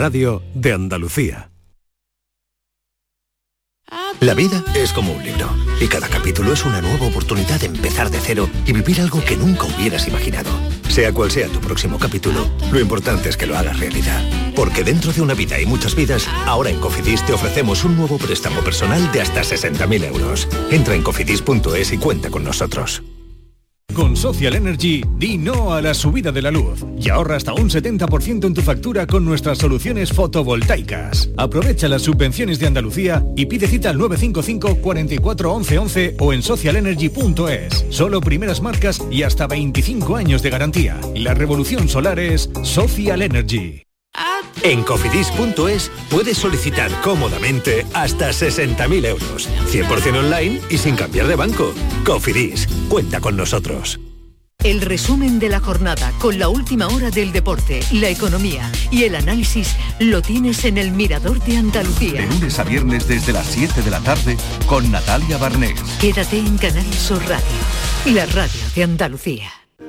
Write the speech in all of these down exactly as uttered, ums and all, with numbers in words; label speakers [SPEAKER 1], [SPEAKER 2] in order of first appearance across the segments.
[SPEAKER 1] Radio de Andalucía.
[SPEAKER 2] La vida es como un libro y cada capítulo es una nueva oportunidad de empezar de cero y vivir algo que nunca hubieras imaginado. Sea cual sea tu próximo capítulo, lo importante es que lo hagas realidad. Porque dentro de una vida y muchas vidas, ahora en Cofidis te ofrecemos un nuevo préstamo personal de hasta sesenta mil euros. Entra en cofidis punto es y cuenta con nosotros.
[SPEAKER 3] Con Social Energy, di no a la subida de la luz y ahorra hasta un setenta por ciento en tu factura con nuestras soluciones fotovoltaicas. Aprovecha las subvenciones de Andalucía y pide cita al nueve cinco cinco, cuatro cuatro, once once o en social energy punto es. Solo primeras marcas y hasta veinticinco años de garantía. La revolución solar es Social Energy.
[SPEAKER 2] En cofidis punto es puedes solicitar cómodamente hasta sesenta mil euros, cien por ciento online y sin cambiar de banco. Cofidis, cuenta con nosotros.
[SPEAKER 4] El resumen de la jornada con la última hora del deporte, la economía y el análisis lo tienes en El Mirador de Andalucía.
[SPEAKER 5] De lunes a viernes desde las siete de la tarde con Natalia Barnés.
[SPEAKER 4] Quédate en Canal Sur Radio, la radio de Andalucía.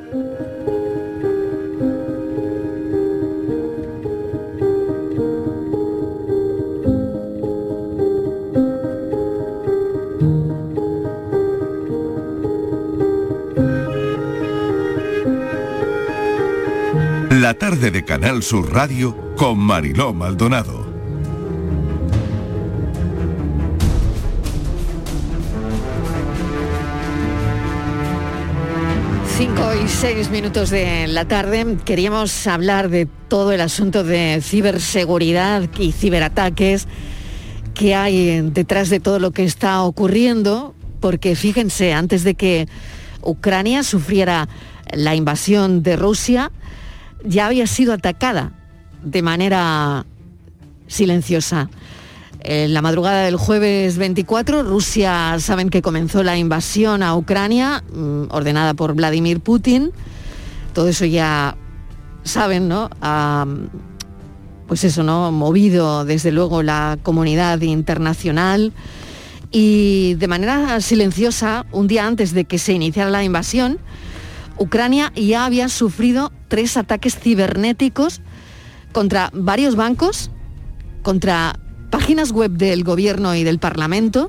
[SPEAKER 5] La tarde de Canal Sur Radio con Mariló Maldonado.
[SPEAKER 6] Cinco y seis minutos de la tarde. Queríamos hablar de todo el asunto de ciberseguridad y ciberataques que hay detrás de todo lo que está ocurriendo, porque fíjense, antes de que Ucrania sufriera la invasión de Rusia, ya había sido atacada de manera silenciosa. En la madrugada del jueves veinticuatro, Rusia, saben que comenzó la invasión a Ucrania, ordenada por Vladimir Putin. Todo eso ya saben, ¿no? Ha, pues eso, ¿no? Movido desde luego la comunidad internacional. Y de manera silenciosa, un día antes de que se iniciara la invasión, Ucrania ya había sufrido tres ataques cibernéticos contra varios bancos, contra páginas web del gobierno y del Parlamento,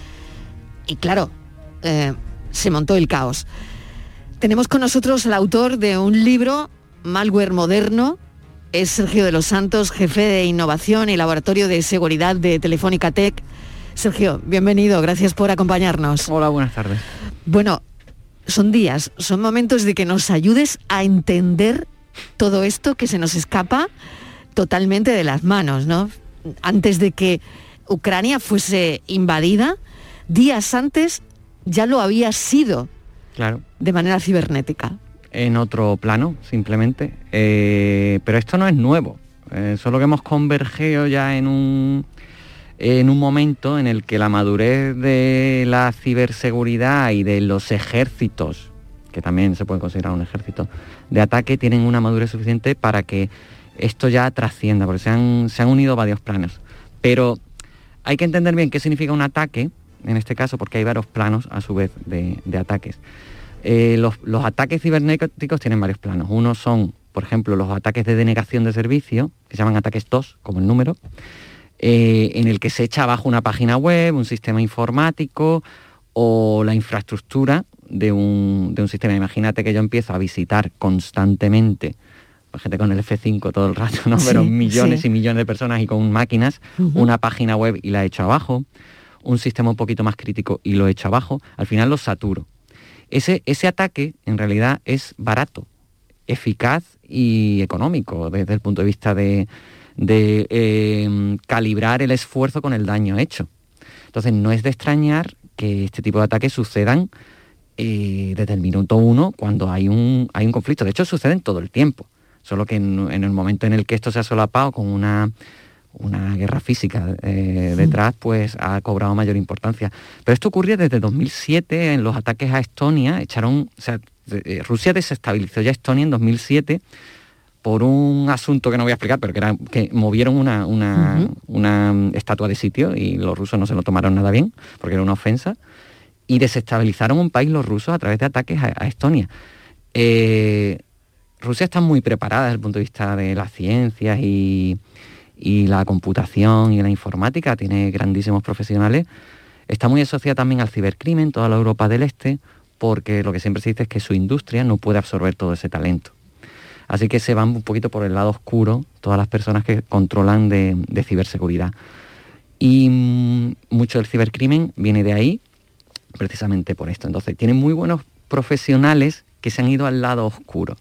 [SPEAKER 6] y claro, eh, se montó el caos. Tenemos con nosotros al autor de un libro, Malware Moderno, es Sergio de los Santos, jefe de innovación y laboratorio de seguridad de Telefónica Tech. Sergio, bienvenido, gracias por acompañarnos.
[SPEAKER 7] Hola, buenas tardes.
[SPEAKER 6] Bueno, son días, son momentos de que nos ayudes a entender todo esto que se nos escapa totalmente de las manos, ¿no? Antes de que Ucrania fuese invadida, días antes ya lo había sido.
[SPEAKER 7] Claro.
[SPEAKER 6] De manera cibernética.
[SPEAKER 7] En otro plano, simplemente. Eh, pero esto no es nuevo. Eh, solo que hemos convergido ya en un... en un momento en el que la madurez de la ciberseguridad y de los ejércitos, que también se puede considerar un ejército de ataque, tienen una madurez suficiente para que esto ya trascienda, porque se han, se han unido varios planos. Pero hay que entender bien qué significa un ataque, en este caso, porque hay varios planos, a su vez, de, de ataques. Eh, los, los ataques cibernéticos tienen varios planos. Uno son, por ejemplo, los ataques de denegación de servicio, que se llaman ataques T O S, como el número, Eh, en el que se echa abajo una página web, un sistema informático o la infraestructura de un, de un sistema. Imagínate que yo empiezo a visitar constantemente, pues gente con el F cinco todo el rato, ¿no? Sí, pero millones sí. y millones de personas y con máquinas, uh-huh. una página web y la echo abajo, un sistema un poquito más crítico y lo echo abajo, al final lo saturo. Ese, ese ataque en realidad es barato, eficaz y económico desde el punto de vista de... de eh, calibrar el esfuerzo con el daño hecho. Entonces no es de extrañar que este tipo de ataques sucedan eh, desde el minuto uno cuando hay un, hay un conflicto. De hecho suceden todo el tiempo, solo que en, en el momento en el que esto se ha solapado con una, una guerra física eh, detrás, pues ha cobrado mayor importancia. Pero esto ocurrió desde dos mil siete, en los ataques a Estonia, echaron, o sea, eh, Rusia desestabilizó ya Estonia en dos mil siete por un asunto que no voy a explicar, pero que era que movieron una, una, uh-huh. una estatua de sitio y los rusos no se lo tomaron nada bien, porque era una ofensa, y desestabilizaron un país los rusos a través de ataques a, a Estonia. Eh, Rusia está muy preparada desde el punto de vista de las ciencias y, y la computación y la informática, tiene grandísimos profesionales. Está muy asociada también al cibercrimen, toda la Europa del Este, porque lo que siempre se dice es que su industria no puede absorber todo ese talento. Así que se van un poquito por el lado oscuro todas las personas que controlan de, de ciberseguridad. Y mmm, mucho del cibercrimen viene de ahí, precisamente por esto. Entonces, tienen muy buenos profesionales que se han ido al lado oscuro.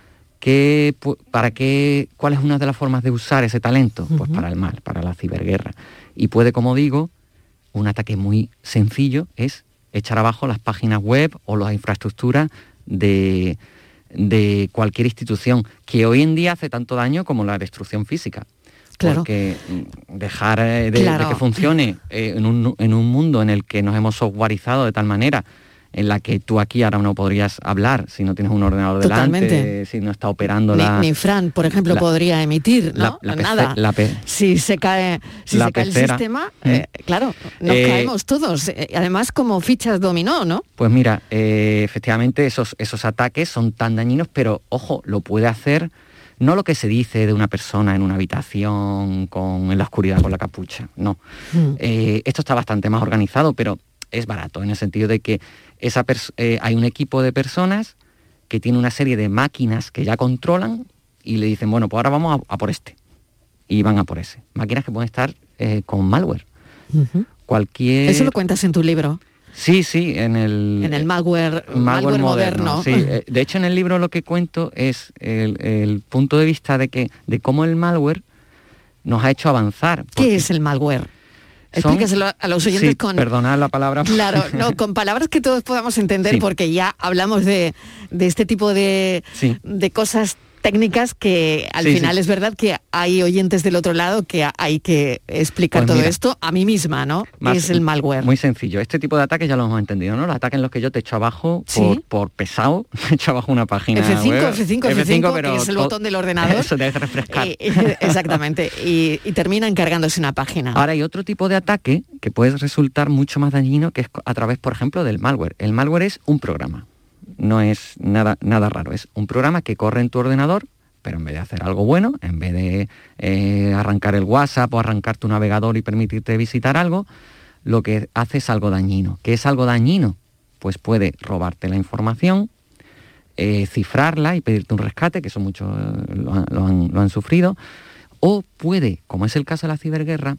[SPEAKER 7] ¿Qué, para qué, ¿Cuál es una de las formas de usar ese talento? Uh-huh. Pues para el mal, para la ciberguerra. Y puede, como digo, un ataque muy sencillo es echar abajo las páginas web o las infraestructuras de, de cualquier institución, que hoy en día hace tanto daño como la destrucción física. Claro. Porque dejar de, claro. de que funcione eh, en, un, en un mundo en el que nos hemos softwareizado de tal manera en la que tú aquí ahora no podrías hablar si no tienes un ordenador
[SPEAKER 6] Totalmente.
[SPEAKER 7] delante, si no está operando
[SPEAKER 6] ni,
[SPEAKER 7] la...
[SPEAKER 6] Ni Fran, por ejemplo, la, podría emitir, ¿no?
[SPEAKER 7] La, la
[SPEAKER 6] Nada.
[SPEAKER 7] La pe,
[SPEAKER 6] si se cae, si se cae el sistema, ¿Mm? eh, claro, nos eh, caemos todos. Eh, además, como fichas dominó, ¿no?
[SPEAKER 7] Pues mira, eh, efectivamente esos, esos ataques son tan dañinos, pero, ojo, lo puede hacer no lo que se dice de una persona en una habitación con, en la oscuridad con la capucha, no. Mm. Eh, esto está bastante más organizado, pero es barato, en el sentido de que esa eh, hay un equipo de personas que tiene una serie de máquinas que ya controlan y le dicen, bueno, pues ahora vamos a, a por este. Y van a por ese. Máquinas que pueden estar eh, con malware. Uh-huh. Cualquier...
[SPEAKER 6] Eso lo cuentas en tu libro.
[SPEAKER 7] Sí, sí, en el...
[SPEAKER 6] En el malware, malware, malware moderno.
[SPEAKER 7] moderno. Sí. De hecho, en el libro lo que cuento es el, el punto de vista de, que, de cómo el malware nos ha hecho avanzar.
[SPEAKER 6] ¿Qué es el malware? Explícaselo a los oyentes
[SPEAKER 7] sí,
[SPEAKER 6] con...
[SPEAKER 7] perdonad la palabra.
[SPEAKER 6] Claro, no, con palabras que todos podamos entender, sí. Porque ya hablamos de, de este tipo de, sí. de cosas técnicas que al sí, final sí. Es verdad que hay oyentes del otro lado que hay que explicar pues todo mira, esto a mí misma, ¿no? Más, es el malware.
[SPEAKER 7] Muy sencillo. Este tipo de ataques ya lo hemos entendido, ¿no? Los ataques en los que yo te echo abajo ¿Sí? por, por pesado, te echo abajo una página
[SPEAKER 6] F cinco,
[SPEAKER 7] web.
[SPEAKER 6] F cinco, F cinco, pero que es el todo, botón del ordenador.
[SPEAKER 7] Eso debe refrescar.
[SPEAKER 6] Y, exactamente. Y, y termina encargándose una página.
[SPEAKER 7] Ahora hay otro tipo de ataque que puede resultar mucho más dañino, que es a través, por ejemplo, del malware. El malware es un programa. No es nada, nada raro. Es un programa que corre en tu ordenador, pero en vez de hacer algo bueno, en vez de eh, arrancar el WhatsApp o arrancar tu navegador y permitirte visitar algo, lo que hace es algo dañino. ¿Qué es algo dañino? Pues puede robarte la información, eh, cifrarla y pedirte un rescate, que eso muchos eh, lo, han, lo, han, lo han sufrido, o puede, como es el caso de la ciberguerra,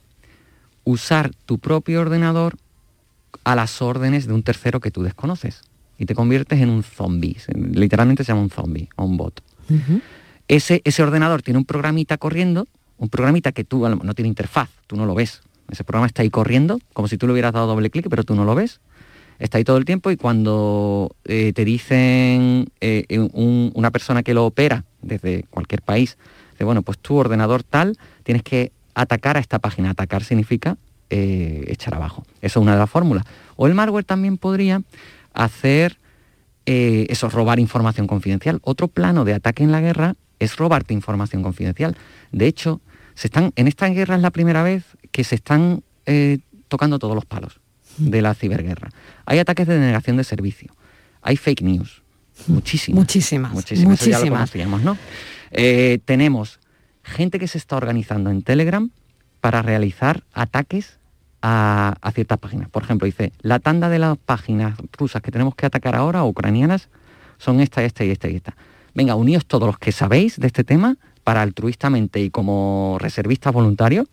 [SPEAKER 7] usar tu propio ordenador a las órdenes de un tercero que tú desconoces y te conviertes en un zombie. Literalmente se llama un zombie o un bot. Uh-huh. Ese, ese ordenador tiene un programita corriendo, un programita que tú no tiene interfaz, tú no lo ves. Ese programa está ahí corriendo, como si tú le hubieras dado doble clic, pero tú no lo ves. Está ahí todo el tiempo y cuando eh, te dicen eh, un, una persona que lo opera desde cualquier país, dice, bueno, pues tu ordenador tal, tienes que atacar a esta página. Atacar significa eh, echar abajo. Eso es una de las fórmulas. O el malware también podría hacer eh, eso, robar información confidencial. Otro plano de ataque en la guerra es robarte información confidencial. De hecho, se están, en esta guerra es la primera vez que se están eh, tocando todos los palos de la ciberguerra. Hay ataques de denegación de servicio, hay fake news, muchísimas.
[SPEAKER 6] Muchísimas.
[SPEAKER 7] Muchísimas, muchísimas. Eso ya lo conocíamos, ¿no? Eh, tenemos gente que se está organizando en Telegram para realizar ataques a, a ciertas páginas. Por ejemplo, dice, la tanda de las páginas rusas que tenemos que atacar ahora, o ucranianas, son esta, esta y esta y esta. Venga, uníos todos los que sabéis de este tema para altruistamente y como reservistas voluntarios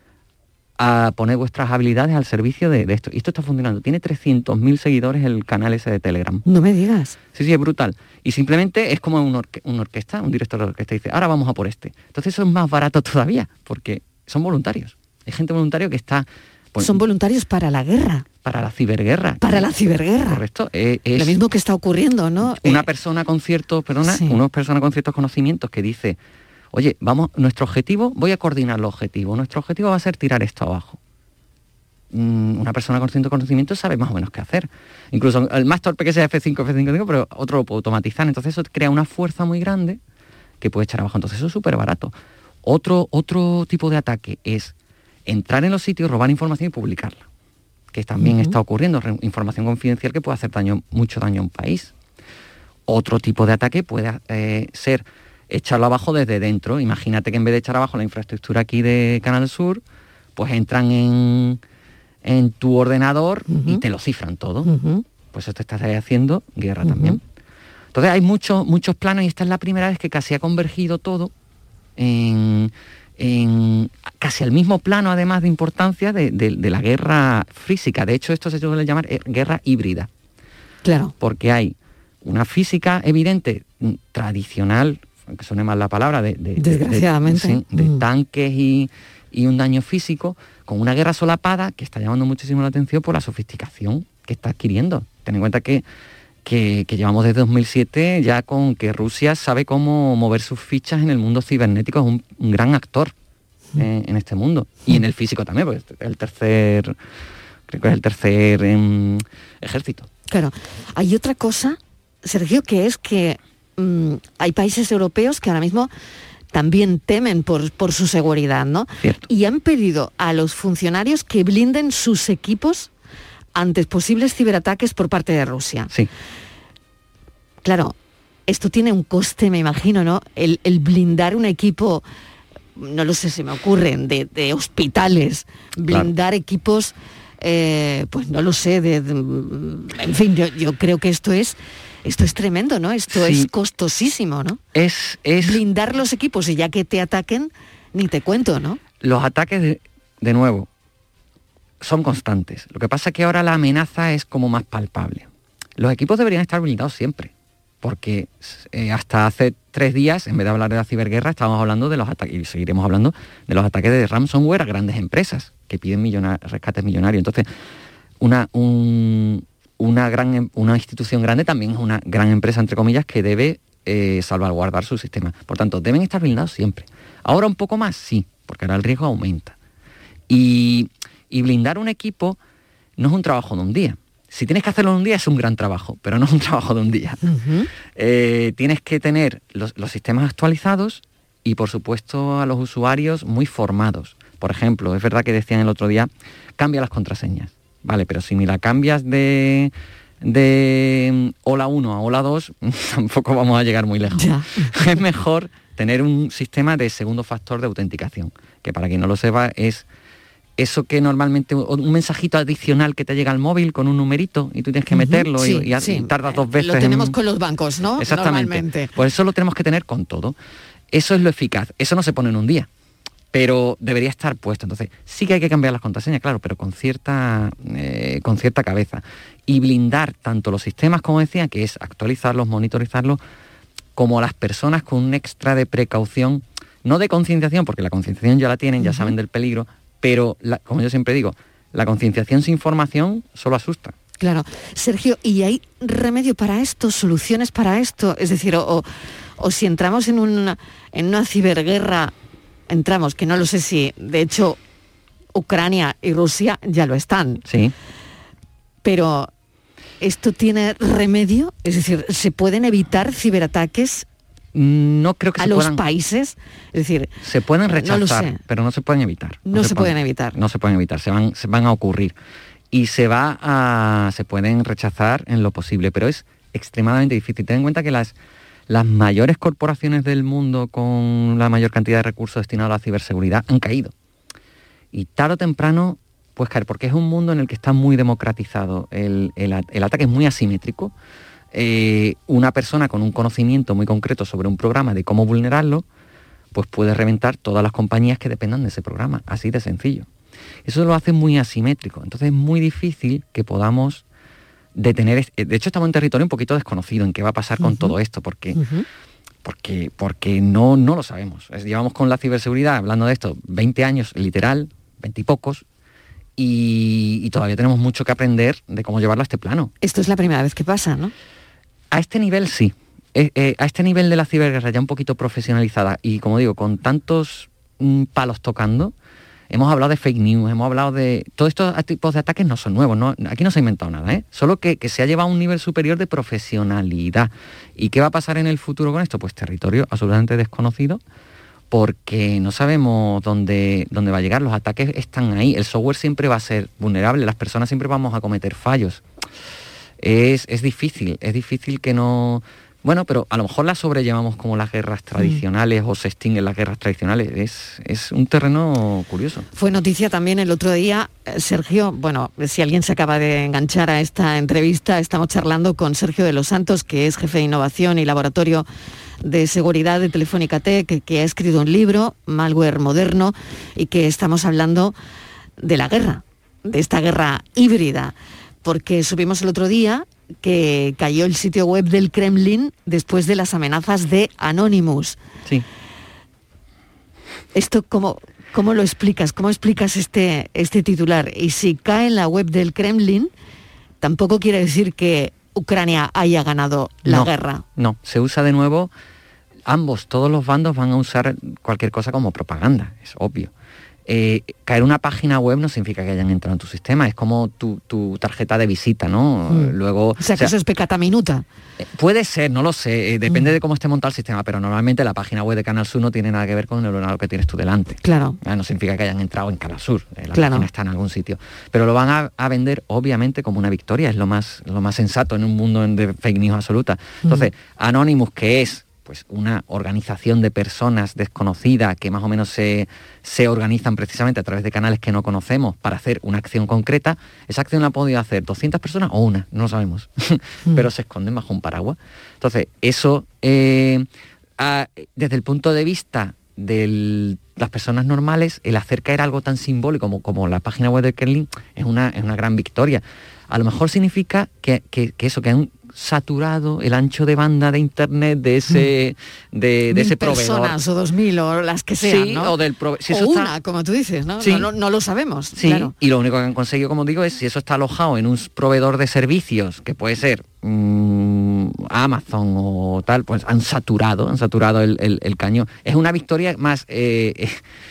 [SPEAKER 7] a poner vuestras habilidades al servicio de, de esto. Y esto está funcionando. Tiene trescientos mil seguidores el canal ese de Telegram.
[SPEAKER 6] No me digas.
[SPEAKER 7] Sí, sí, es brutal. Y simplemente es como un orque- una orquesta, un director de orquesta dice, ahora vamos a por este. Entonces eso es más barato todavía, porque son voluntarios. Hay gente voluntaria que está...
[SPEAKER 6] Pues, son voluntarios para la guerra.
[SPEAKER 7] Para la ciberguerra.
[SPEAKER 6] Para la ciberguerra.
[SPEAKER 7] Correcto. Es, es
[SPEAKER 6] lo mismo que está ocurriendo, ¿no?
[SPEAKER 7] Una
[SPEAKER 6] eh,
[SPEAKER 7] persona con ciertos, perdona,
[SPEAKER 6] sí.
[SPEAKER 7] una persona con ciertos conocimientos que dice, oye, vamos, nuestro objetivo, voy a coordinar los objetivos, nuestro objetivo va a ser tirar esto abajo. Mm, una persona con ciertos conocimientos sabe más o menos qué hacer. Incluso el más torpe que sea F cinco, F cinco, pero otro lo puede automatizar. Entonces eso crea una fuerza muy grande que puede echar abajo. Entonces eso es súper barato. Otro, otro tipo de ataque es entrar en los sitios, robar información y publicarla, que también uh-huh. está ocurriendo, información confidencial que puede hacer daño, mucho daño a un país. Otro tipo de ataque puede eh, ser echarlo abajo desde dentro. Imagínate que en vez de echar abajo la infraestructura aquí de Canal Sur, pues entran en, en tu ordenador uh-huh. y te lo cifran todo. Uh-huh. Pues esto estás haciendo guerra uh-huh. también. Entonces hay muchos muchos planos y esta es la primera vez que casi ha convergido todo en, en casi al mismo plano, además de importancia, de, de, de la guerra física. De hecho, esto se suele llamar guerra híbrida.
[SPEAKER 6] Claro.
[SPEAKER 7] Porque hay una física evidente, tradicional, aunque suene mal la palabra, de, de,
[SPEAKER 6] Desgraciadamente.
[SPEAKER 7] de, de, sí, de mm. tanques y, y un daño físico, con una guerra solapada que está llamando muchísimo la atención por la sofisticación que está adquiriendo. Ten en cuenta que Que, que llevamos desde dos mil siete ya con que Rusia sabe cómo mover sus fichas en el mundo cibernético, es un, un gran actor eh, en este mundo. Y en el físico también, porque es el tercer, creo que es el tercer eh, ejército.
[SPEAKER 6] Claro. Hay otra cosa, Sergio, que es que mmm, hay países europeos que ahora mismo también temen por, por su seguridad, ¿no?
[SPEAKER 7] Cierto.
[SPEAKER 6] Y han pedido a los funcionarios que blinden sus equipos ante posibles ciberataques por parte de Rusia.
[SPEAKER 7] Sí.
[SPEAKER 6] Claro, esto tiene un coste, me imagino, ¿no? El, el blindar un equipo, no lo sé, se me ocurren, de, de hospitales, blindar claro. equipos, eh, pues no lo sé, de, de, en fin, yo, yo creo que esto es, esto es tremendo, ¿no? Esto sí. es costosísimo, ¿no?
[SPEAKER 7] Es, es...
[SPEAKER 6] Blindar los equipos y ya que te ataquen, ni te cuento, ¿no?
[SPEAKER 7] Los ataques, de, de nuevo, son constantes. Lo que pasa es que ahora la amenaza es como más palpable. Los equipos deberían estar blindados siempre, porque eh, hasta hace tres días, en vez de hablar de la ciberguerra, estábamos hablando de los ataques, y seguiremos hablando de los ataques de ransomware a grandes empresas que piden millonar, rescates millonarios. Entonces, una, un, una, gran, una institución grande también es una gran empresa, entre comillas, que debe eh, salvaguardar su sistema. Por tanto, deben estar blindados siempre. Ahora un poco más, sí, porque ahora el riesgo aumenta. Y... Y blindar un equipo no es un trabajo de un día. Si tienes que hacerlo en un día es un gran trabajo, pero no es un trabajo de un día. Uh-huh. Eh, tienes que tener los, los sistemas actualizados y, por supuesto, a los usuarios muy formados. Por ejemplo, es verdad que decían el otro día, cambia las contraseñas. Vale, pero si me la cambias de, de hola uno a hola dos, tampoco vamos a llegar muy lejos. Ya. Es mejor tener un sistema de segundo factor de autenticación, que para quien no lo sepa es... eso que normalmente, un mensajito adicional que te llega al móvil con un numerito y tú tienes que meterlo sí, y, y, sí. y tardas dos veces.
[SPEAKER 6] Lo tenemos
[SPEAKER 7] en...
[SPEAKER 6] con los bancos, ¿no?
[SPEAKER 7] Exactamente. Pues eso lo tenemos que tener con todo. Eso es lo eficaz. Eso no se pone en un día, pero debería estar puesto. Entonces, sí que hay que cambiar las contraseñas, claro, pero con cierta, eh, con cierta cabeza. Y blindar tanto los sistemas, como decía, que es actualizarlos, monitorizarlos, como las personas con un extra de precaución, no de concienciación, porque la concienciación ya la tienen, ya uh-huh. saben del peligro, pero, la, como yo siempre digo, la concienciación sin información solo asusta.
[SPEAKER 6] Claro. Sergio, ¿y hay remedio para esto, soluciones para esto? Es decir, o, o, o si entramos en una, en una ciberguerra, entramos, que no lo sé si, de hecho, Ucrania y Rusia ya lo están.
[SPEAKER 7] Sí.
[SPEAKER 6] Pero, ¿esto tiene remedio? Es decir, ¿se pueden evitar ciberataques?
[SPEAKER 7] No creo que
[SPEAKER 6] a
[SPEAKER 7] se
[SPEAKER 6] los
[SPEAKER 7] puedan,
[SPEAKER 6] países, es decir,
[SPEAKER 7] se pueden rechazar, no pero no se pueden evitar.
[SPEAKER 6] No, no se, se pueden, pueden evitar.
[SPEAKER 7] No se pueden evitar, se van, se van a ocurrir y se va a, se pueden rechazar en lo posible, pero es extremadamente difícil. Ten en cuenta que las las mayores corporaciones del mundo con la mayor cantidad de recursos destinados a la ciberseguridad han caído y tarde o temprano pues caer, porque es un mundo en el que está muy democratizado. El, el, el ataque es muy asimétrico. Eh, una persona con un conocimiento muy concreto sobre un programa, de cómo vulnerarlo, pues puede reventar todas las compañías que dependan de ese programa, así de sencillo. Eso lo hace muy asimétrico, entonces es muy difícil que podamos detener... De hecho, estamos en territorio un poquito desconocido en qué va a pasar con uh-huh. todo esto, porque, uh-huh. porque, porque no, no lo sabemos. Llevamos con la ciberseguridad, hablando de esto, veinte años, literal, veinte y pocos, y, y todavía tenemos mucho que aprender de cómo llevarlo a este plano.
[SPEAKER 6] Esto es la primera vez que pasa, ¿no?
[SPEAKER 7] A este nivel sí, eh, eh, a este nivel de la ciberguerra ya un poquito profesionalizada y, como digo, con tantos mm, palos tocando, hemos hablado de fake news, hemos hablado de... Todos estos tipos de ataques no son nuevos, ¿no? Aquí no se ha inventado nada, ¿eh? Solo que, que se ha llevado a un nivel superior de profesionalidad. ¿Y qué va a pasar en el futuro con esto? Pues territorio absolutamente desconocido, porque no sabemos dónde, dónde va a llegar, los ataques están ahí, el software siempre va a ser vulnerable, las personas siempre vamos a cometer fallos. Es, es difícil, es difícil que no, Bueno, pero a lo mejor la sobrellevamos como las guerras tradicionales mm. o se extinguen las guerras tradicionales. Es, es un terreno curioso.
[SPEAKER 6] Fue noticia también el otro día, Sergio, bueno, si alguien se acaba de enganchar a esta entrevista, estamos charlando con Sergio de los Santos, que es jefe de innovación y laboratorio de seguridad de Telefónica Tech, que, que ha escrito un libro, Malware Moderno, y que estamos hablando de la guerra, de esta guerra híbrida, porque supimos el otro día que cayó el sitio web del Kremlin después de las amenazas de Anonymous.
[SPEAKER 7] Sí.
[SPEAKER 6] ¿Esto cómo, cómo lo explicas? ¿Cómo explicas este, este titular? Y si cae en la web del Kremlin, tampoco quiere decir que Ucrania haya ganado la
[SPEAKER 7] no,
[SPEAKER 6] guerra.
[SPEAKER 7] No, se usa de nuevo, ambos, todos los bandos van a usar cualquier cosa como propaganda, es obvio. Eh, caer una página web no significa que hayan entrado en tu sistema, es como tu, tu tarjeta de visita, ¿no? Mm. Luego,
[SPEAKER 6] o sea, que o sea, eso es pecata minuta.
[SPEAKER 7] Eh, puede ser, no lo sé, eh, depende mm. de cómo esté montado el sistema, pero normalmente la página web de Canal Sur no tiene nada que ver con el ordenador que tienes tú delante.
[SPEAKER 6] Claro.
[SPEAKER 7] Eh, no significa que hayan entrado en Canal Sur, eh, la
[SPEAKER 6] claro.
[SPEAKER 7] página está en algún sitio. Pero lo van a, a vender, obviamente, como una victoria, es lo más, lo más sensato en un mundo de fake news absoluta. Entonces, mm. Anonymous, que es pues una organización de personas desconocidas que más o menos se, se organizan precisamente a través de canales que no conocemos para hacer una acción concreta. Esa acción la han podido hacer doscientas personas o una, no lo sabemos, mm. pero se esconden bajo un paraguas. Entonces, eso, eh, a, desde el punto de vista de las personas normales, el hacer caer algo tan simbólico como, como la página web de Kremlin es una, es una gran victoria. A lo mejor significa que, que, que eso, que han saturado el ancho de banda de internet de ese de, de ese proveedor.
[SPEAKER 6] Personas o dos mil o las que sean,
[SPEAKER 7] sí,
[SPEAKER 6] ¿no?
[SPEAKER 7] o del prove- si
[SPEAKER 6] o
[SPEAKER 7] eso
[SPEAKER 6] una,
[SPEAKER 7] está...
[SPEAKER 6] como tú dices, ¿no?
[SPEAKER 7] Sí.
[SPEAKER 6] No, no, no lo sabemos.
[SPEAKER 7] Sí,
[SPEAKER 6] claro.
[SPEAKER 7] Y lo único que han conseguido, como digo, es si eso está alojado en un proveedor de servicios, que puede ser mmm, Amazon o tal, pues han saturado, han saturado el, el, el cañón. Es una victoria más eh, eh,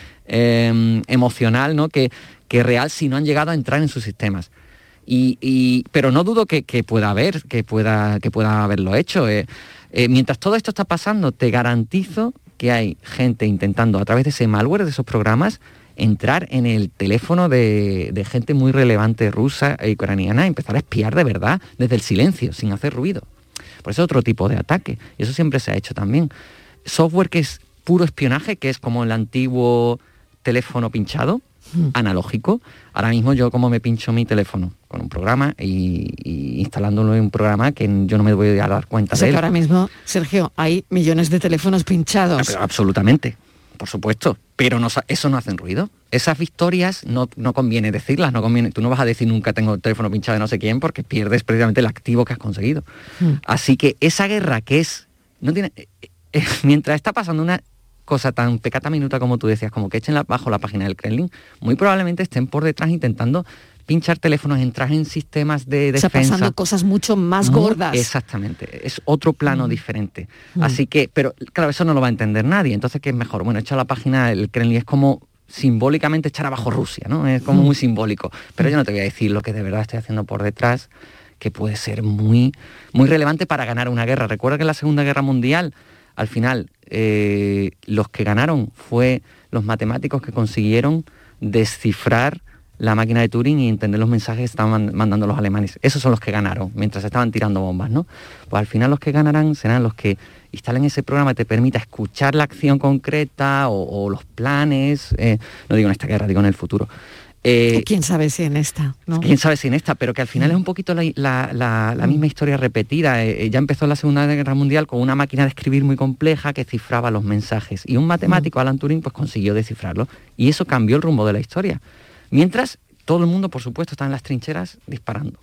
[SPEAKER 7] eh, emocional, ¿no? que, que real si no han llegado a entrar en sus sistemas. Y, y, pero no dudo que, que pueda haber, que pueda, que pueda haberlo hecho. Eh, eh, mientras todo esto está pasando, te garantizo que hay gente intentando, a través de ese malware, de esos programas, entrar en el teléfono de, de gente muy relevante rusa e ucraniana, empezar a espiar de verdad, desde el silencio, sin hacer ruido. Por eso es otro tipo de ataque, y eso siempre se ha hecho también. Software que es puro espionaje, que es como el antiguo teléfono pinchado, mm. analógico. Ahora mismo yo como me pincho mi teléfono con un programa y, y instalándolo en un programa que yo no me voy a dar cuenta
[SPEAKER 6] o sea
[SPEAKER 7] de él.
[SPEAKER 6] Que ahora mismo, Sergio, hay millones de teléfonos pinchados.
[SPEAKER 7] Pero absolutamente, por supuesto, pero no, eso no hacen ruido. Esas victorias no, no conviene decirlas, no conviene. Tú no vas a decir nunca tengo el teléfono pinchado de no sé quién porque pierdes precisamente el activo que has conseguido. Mm. Así que esa guerra que es, no tiene, eh, eh, mientras está pasando una cosa tan pecata minuta como tú decías, como que echen la, bajo la página del Kremlin, muy probablemente estén por detrás intentando pinchar teléfonos, entrar en sistemas de defensa.
[SPEAKER 6] Está pasando cosas mucho más muy, gordas.
[SPEAKER 7] Exactamente, es otro plano mm. diferente. Mm. Así que, pero claro, eso no lo va a entender nadie. Entonces, ¿qué es mejor? Bueno, echar la página del Kremlin es como simbólicamente echar abajo Rusia, ¿no? Es como mm. muy simbólico. Pero yo no te voy a decir lo que de verdad estoy haciendo por detrás, que puede ser muy, muy relevante para ganar una guerra. Recuerda que en la Segunda Guerra Mundial, al final, eh, los que ganaron fue los matemáticos que consiguieron descifrar la máquina de Turing y entender los mensajes que estaban mandando los alemanes. Esos son los que ganaron, mientras estaban tirando bombas, ¿no? Pues al final los que ganarán serán los que instalen ese programa que te permita escuchar la acción concreta o, o los planes, eh, no digo en esta guerra, digo en el futuro.
[SPEAKER 6] Eh, ¿Quién sabe si en esta? ¿no?
[SPEAKER 7] ¿Quién sabe si en esta? Pero que al final es un poquito la, la, la, la misma historia repetida. Eh, ya empezó la Segunda Guerra Mundial con una máquina de escribir muy compleja que cifraba los mensajes. Y un matemático, Alan Turing, pues consiguió descifrarlo. Y eso cambió el rumbo de la historia. Mientras, todo el mundo, por supuesto, está en las trincheras disparando.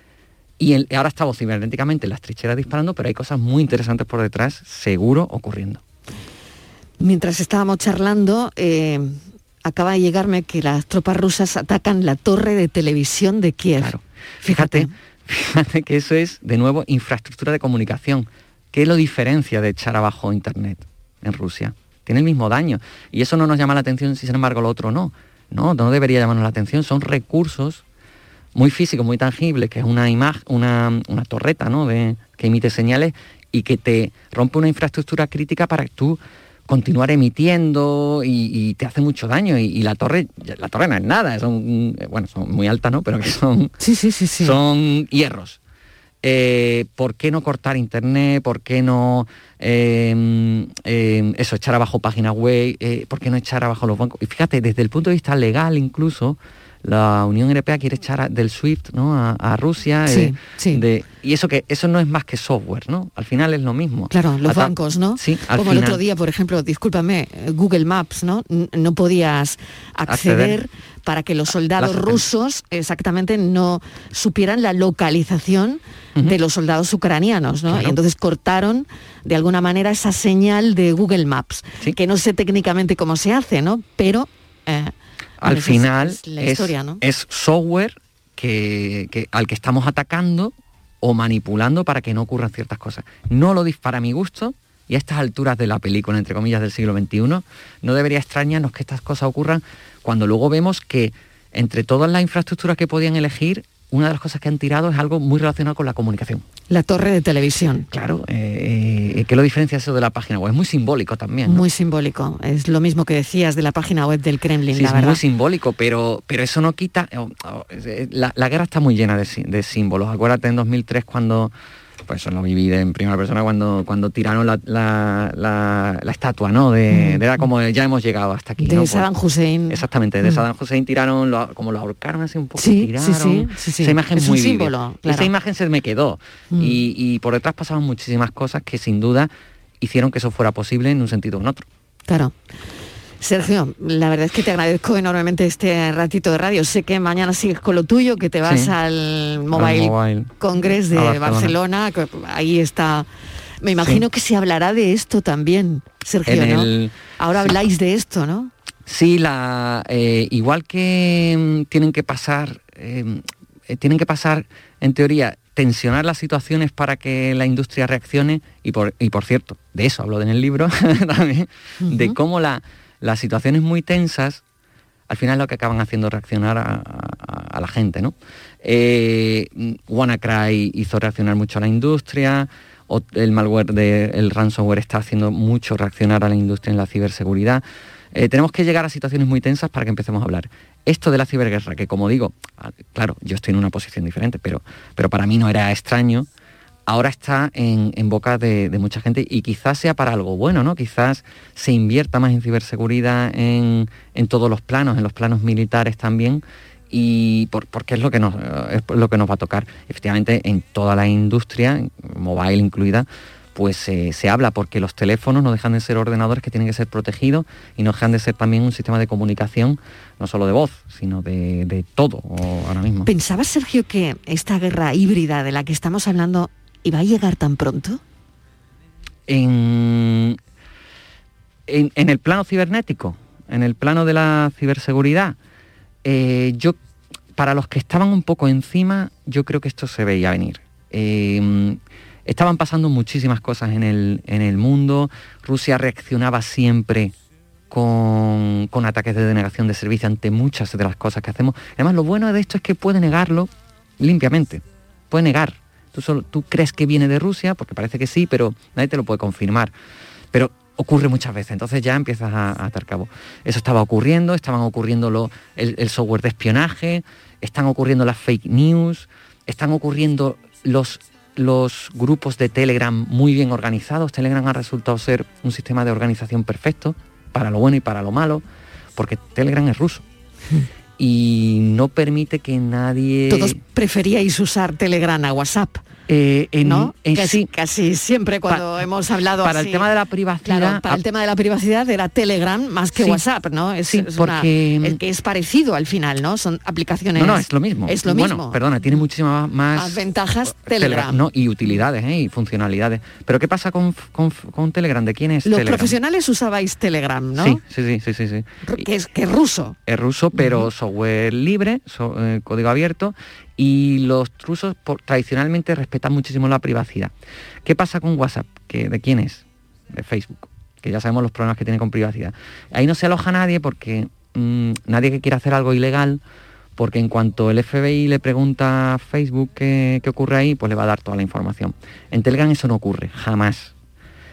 [SPEAKER 7] Y el, ahora estamos cibernéticamente en las trincheras disparando, pero hay cosas muy interesantes por detrás, seguro, ocurriendo.
[SPEAKER 6] Mientras estábamos charlando... Eh... acaba de llegarme que las tropas rusas atacan la torre de televisión de Kiev.
[SPEAKER 7] Claro. Fíjate, fíjate que eso es, de nuevo, infraestructura de comunicación. ¿Qué lo diferencia de echar abajo Internet en Rusia? Tiene el mismo daño. Y eso no nos llama la atención si, sin embargo, lo otro no. No, no debería llamarnos la atención. Son recursos muy físicos, muy tangibles, que es una imagen, una, una torreta, ¿no? De, que emite señales y que te rompe una infraestructura crítica para que tú continuar emitiendo y, y te hace mucho daño y, y la torre la torre no es nada, son bueno son muy altas, ¿no? Pero que son
[SPEAKER 6] sí, sí, sí, sí.
[SPEAKER 7] son hierros Eh, ¿Por qué no cortar internet? ¿Por qué no eh, eh, eso, echar abajo páginas web? Eh, ¿Por qué no echar abajo los bancos? Y fíjate, desde el punto de vista legal incluso, la Unión Europea quiere echar a, del SWIFT, ¿no? a, a Rusia.
[SPEAKER 6] Sí,
[SPEAKER 7] eh,
[SPEAKER 6] sí.
[SPEAKER 7] De, y eso que eso no es más que software, ¿no? Al final es lo mismo.
[SPEAKER 6] Claro, los
[SPEAKER 7] Hasta,
[SPEAKER 6] bancos, ¿no?
[SPEAKER 7] Sí, al
[SPEAKER 6] Como
[SPEAKER 7] final,
[SPEAKER 6] el otro día, por ejemplo, discúlpame, Google Maps, ¿no? No podías acceder, acceder. para que los soldados rusos exactamente no supieran la localización uh-huh. de los soldados ucranianos, ¿no? Claro. Y entonces cortaron de alguna manera esa señal de Google Maps, ¿sí? que no sé técnicamente cómo se hace, ¿no? Pero eh,
[SPEAKER 7] al
[SPEAKER 6] bueno,
[SPEAKER 7] final
[SPEAKER 6] es, es, la historia,
[SPEAKER 7] es,
[SPEAKER 6] ¿no?
[SPEAKER 7] es software que, que al que estamos atacando o manipulando para que no ocurran ciertas cosas. No lo dispara a mi gusto, y a estas alturas de la película, entre comillas, del siglo veintiuno, no debería extrañarnos que estas cosas ocurran cuando luego vemos que entre todas las infraestructuras que podían elegir, una de las cosas que han tirado es algo muy relacionado con la comunicación.
[SPEAKER 6] La torre de televisión.
[SPEAKER 7] Claro, eh, eh, ¿qué lo diferencia eso de la página web? Es muy simbólico también, ¿no?
[SPEAKER 6] Muy simbólico, es lo mismo que decías de la página web del Kremlin,
[SPEAKER 7] sí,
[SPEAKER 6] la
[SPEAKER 7] es
[SPEAKER 6] verdad.
[SPEAKER 7] Muy simbólico, pero, pero eso no quita... Oh, oh, la, la guerra está muy llena de, de símbolos. Acuérdate en dos mil tres cuando... Pues eso lo viví en primera persona cuando, cuando tiraron la, la, la, la estatua, ¿no? De, de era como ya hemos llegado hasta aquí.
[SPEAKER 6] De
[SPEAKER 7] ¿no?
[SPEAKER 6] Saddam Hussein.
[SPEAKER 7] Exactamente, de
[SPEAKER 6] mm.
[SPEAKER 7] Saddam Hussein tiraron, lo, como lo ahorcaron así un poco,
[SPEAKER 6] sí,
[SPEAKER 7] tiraron.
[SPEAKER 6] Sí, sí, sí, sí.
[SPEAKER 7] Esa imagen
[SPEAKER 6] es
[SPEAKER 7] muy
[SPEAKER 6] un símbolo, claro.
[SPEAKER 7] Esa imagen se me quedó. Mm. Y, y por detrás pasaban muchísimas cosas que sin duda hicieron que eso fuera posible en un sentido o en otro.
[SPEAKER 6] Claro. Sergio, la verdad es que te agradezco enormemente este ratito de radio. Sé que mañana sigues con lo tuyo, que te vas sí, al Mobile, Mobile Congress de Barcelona. Barcelona, que ahí está. Me imagino sí. que se hablará de esto también, Sergio, en ¿no? El... Ahora habláis de esto, ¿no?
[SPEAKER 7] Sí, la, eh, igual que mm, tienen que pasar, eh, tienen que pasar, en teoría, tensionar las situaciones para que la industria reaccione, y por, y por cierto, de eso hablo en el libro también, uh-huh. de cómo la... las situaciones muy tensas, al final es lo que acaban haciendo reaccionar a, a, a la gente, ¿no? Eh, WannaCry hizo reaccionar mucho a la industria, o el malware, de, el ransomware está haciendo mucho reaccionar a la industria en la ciberseguridad. Eh, tenemos que llegar a situaciones muy tensas para que empecemos a hablar. Esto de la ciberguerra, que como digo, claro, yo estoy en una posición diferente, pero, pero para mí no era extraño, ahora está en, en boca de, de mucha gente y quizás sea para algo bueno, ¿no? Quizás se invierta más en ciberseguridad en, en todos los planos, en los planos militares también, y por, porque es lo que nos es lo que nos va a tocar. Efectivamente, en toda la industria, mobile incluida, pues eh, se habla porque los teléfonos no dejan de ser ordenadores que tienen que ser protegidos y no dejan de ser también un sistema de comunicación, no solo de voz, sino de, de todo ahora mismo.
[SPEAKER 6] ¿Pensabas, Sergio, que esta guerra híbrida de la que estamos hablando iba a llegar tan pronto?
[SPEAKER 7] En, en, en el plano cibernético, en el plano de la ciberseguridad, eh, yo, para los que estaban un poco encima, yo creo que esto se veía venir. Eh, estaban pasando muchísimas cosas en el, en el mundo. Rusia reaccionaba siempre con, con ataques de denegación de servicio ante muchas de las cosas que hacemos. Además, lo bueno de esto es que puede negarlo limpiamente, puede negar. Tú, solo, tú crees que viene de Rusia, porque parece que sí, pero nadie te lo puede confirmar. Pero ocurre muchas veces, entonces ya empiezas a, a atar cabo. Eso estaba ocurriendo, estaban ocurriendo lo, el, el software de espionaje, están ocurriendo las fake news, están ocurriendo los, los grupos de Telegram muy bien organizados. Telegram ha resultado ser un sistema de organización perfecto, para lo bueno y para lo malo, porque Telegram es ruso. Y no permite que nadie...
[SPEAKER 6] Todos preferíais usar Telegram a WhatsApp,
[SPEAKER 7] eh, en,
[SPEAKER 6] ¿no?
[SPEAKER 7] En
[SPEAKER 6] casi,
[SPEAKER 7] sí.
[SPEAKER 6] casi siempre cuando pa, hemos hablado
[SPEAKER 7] para
[SPEAKER 6] así,
[SPEAKER 7] el tema de la privacidad...
[SPEAKER 6] Claro, para a, el tema de la privacidad era Telegram más que sí, WhatsApp, ¿no? Es,
[SPEAKER 7] sí,
[SPEAKER 6] es
[SPEAKER 7] porque...
[SPEAKER 6] una, el que es parecido al final, ¿no? Son aplicaciones...
[SPEAKER 7] No, no, es lo mismo.
[SPEAKER 6] Es lo
[SPEAKER 7] bueno,
[SPEAKER 6] mismo.
[SPEAKER 7] perdona, tiene muchísimas más...
[SPEAKER 6] Más ventajas Telegram.
[SPEAKER 7] Telegram no, y utilidades, ¿eh? Y funcionalidades. Pero ¿qué pasa con, con, con Telegram? ¿De quién es
[SPEAKER 6] Los
[SPEAKER 7] Telegram?
[SPEAKER 6] profesionales usabais Telegram, ¿no?
[SPEAKER 7] Sí, sí, sí, sí, sí. sí.
[SPEAKER 6] Que es, que es ruso.
[SPEAKER 7] Es ruso, pero uh-huh. software libre, so, eh, código abierto, y los rusos por, tradicionalmente respetan muchísimo la privacidad. ¿Qué pasa con WhatsApp? ¿Que, ¿De quién es? De Facebook, que ya sabemos los problemas que tiene con privacidad. Ahí no se aloja nadie porque mmm, nadie que quiera hacer algo ilegal, porque en cuanto el F B I le pregunta a Facebook qué, qué ocurre ahí, pues le va a dar toda la información. En Telegram eso no ocurre, jamás.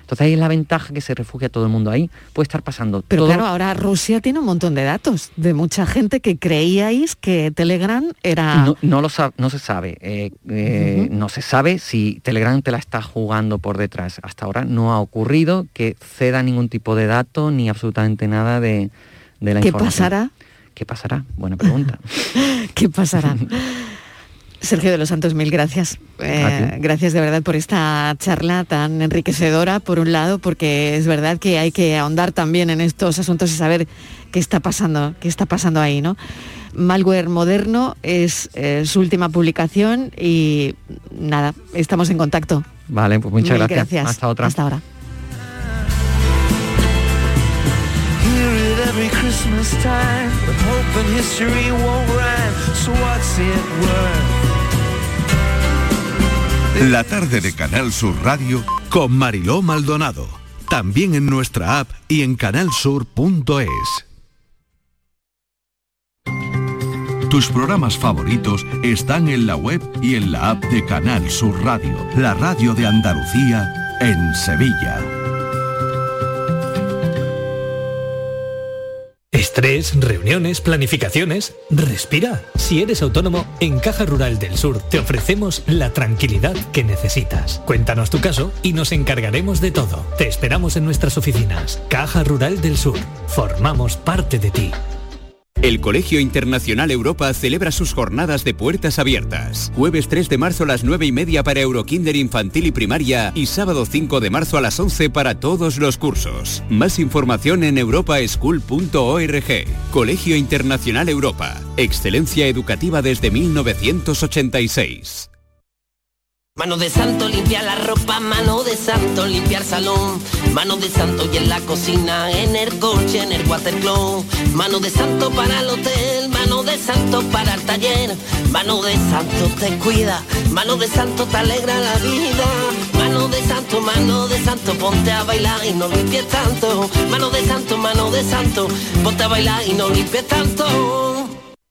[SPEAKER 7] Entonces ahí es la ventaja que se refugia todo el mundo ahí. Puede estar pasando
[SPEAKER 6] Pero
[SPEAKER 7] todo.
[SPEAKER 6] claro, ahora Rusia tiene un montón de datos de mucha gente que creíais que Telegram era...
[SPEAKER 7] No, no, lo sab- no se sabe. Eh, eh, uh-huh. No se sabe si Telegram te la está jugando por detrás. Hasta ahora no ha ocurrido que ceda ningún tipo de dato ni absolutamente nada de, de la
[SPEAKER 6] ¿Qué
[SPEAKER 7] información.
[SPEAKER 6] pasará?
[SPEAKER 7] ¿Qué pasará? Buena pregunta.
[SPEAKER 6] ¿Qué pasará? Sergio de los Santos, mil gracias. Eh, gracias de verdad por esta charla tan enriquecedora, por un lado, porque es verdad que hay que ahondar también en estos asuntos y saber qué está pasando, qué está pasando ahí, ¿no? Malware Moderno es eh, su última publicación y nada, estamos en contacto.
[SPEAKER 7] Vale, pues muchas
[SPEAKER 6] mil
[SPEAKER 7] gracias.
[SPEAKER 6] gracias.
[SPEAKER 7] Hasta otra.
[SPEAKER 6] Hasta ahora.
[SPEAKER 5] La tarde de Canal Sur Radio
[SPEAKER 1] con Mariló Maldonado. También en nuestra app y en canal sur punto es.
[SPEAKER 5] Tus programas favoritos están en la web y en la app de Canal Sur Radio, la radio de Andalucía en Sevilla.
[SPEAKER 3] Estrés, reuniones, planificaciones. Respira. Si eres autónomo, en Caja Rural del Sur te ofrecemos la tranquilidad que necesitas. Cuéntanos tu caso y nos encargaremos de todo. Te esperamos en nuestras oficinas. Caja Rural del Sur. Formamos parte de ti.
[SPEAKER 8] El Colegio Internacional Europa celebra sus jornadas de puertas abiertas. Jueves tres de marzo a las nueve y media para Eurokinder infantil y primaria y sábado cinco de marzo a las once para todos los cursos. Más información en europa school punto org. Colegio Internacional Europa. Excelencia educativa desde mil novecientos ochenta y seis.
[SPEAKER 9] Mano de santo, limpiar la ropa, mano de santo, limpiar salón, mano de santo y en la cocina, en el coche, en el watercloak, mano de santo para el hotel, mano de santo para el taller, mano de santo te cuida, mano de santo te alegra la vida, mano de santo, mano de santo, ponte a bailar y no limpies tanto, mano de santo, mano de santo, ponte a bailar y no limpies tanto.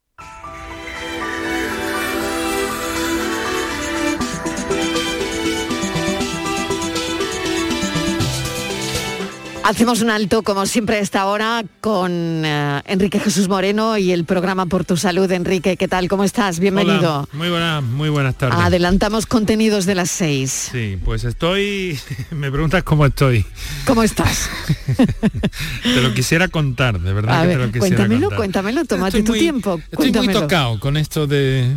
[SPEAKER 6] Hacemos un alto, como siempre, a esta hora con uh, Enrique Jesús Moreno y el programa Por tu Salud. Enrique, ¿qué tal? ¿Cómo estás? Bienvenido.
[SPEAKER 10] Hola, muy buenas, muy buenas tardes.
[SPEAKER 6] Adelantamos contenidos de las seis.
[SPEAKER 10] Sí, pues estoy... Me preguntas cómo estoy.
[SPEAKER 6] ¿Cómo estás?
[SPEAKER 10] Te lo quisiera contar, de verdad
[SPEAKER 6] a
[SPEAKER 10] que
[SPEAKER 6] ver,
[SPEAKER 10] te lo quisiera
[SPEAKER 6] cuéntamelo,
[SPEAKER 10] contar.
[SPEAKER 6] Cuéntamelo, tómate
[SPEAKER 10] estoy
[SPEAKER 6] tu
[SPEAKER 10] muy,
[SPEAKER 6] tiempo.
[SPEAKER 10] Estoy
[SPEAKER 6] Cuéntamelo.
[SPEAKER 10] muy tocado con esto de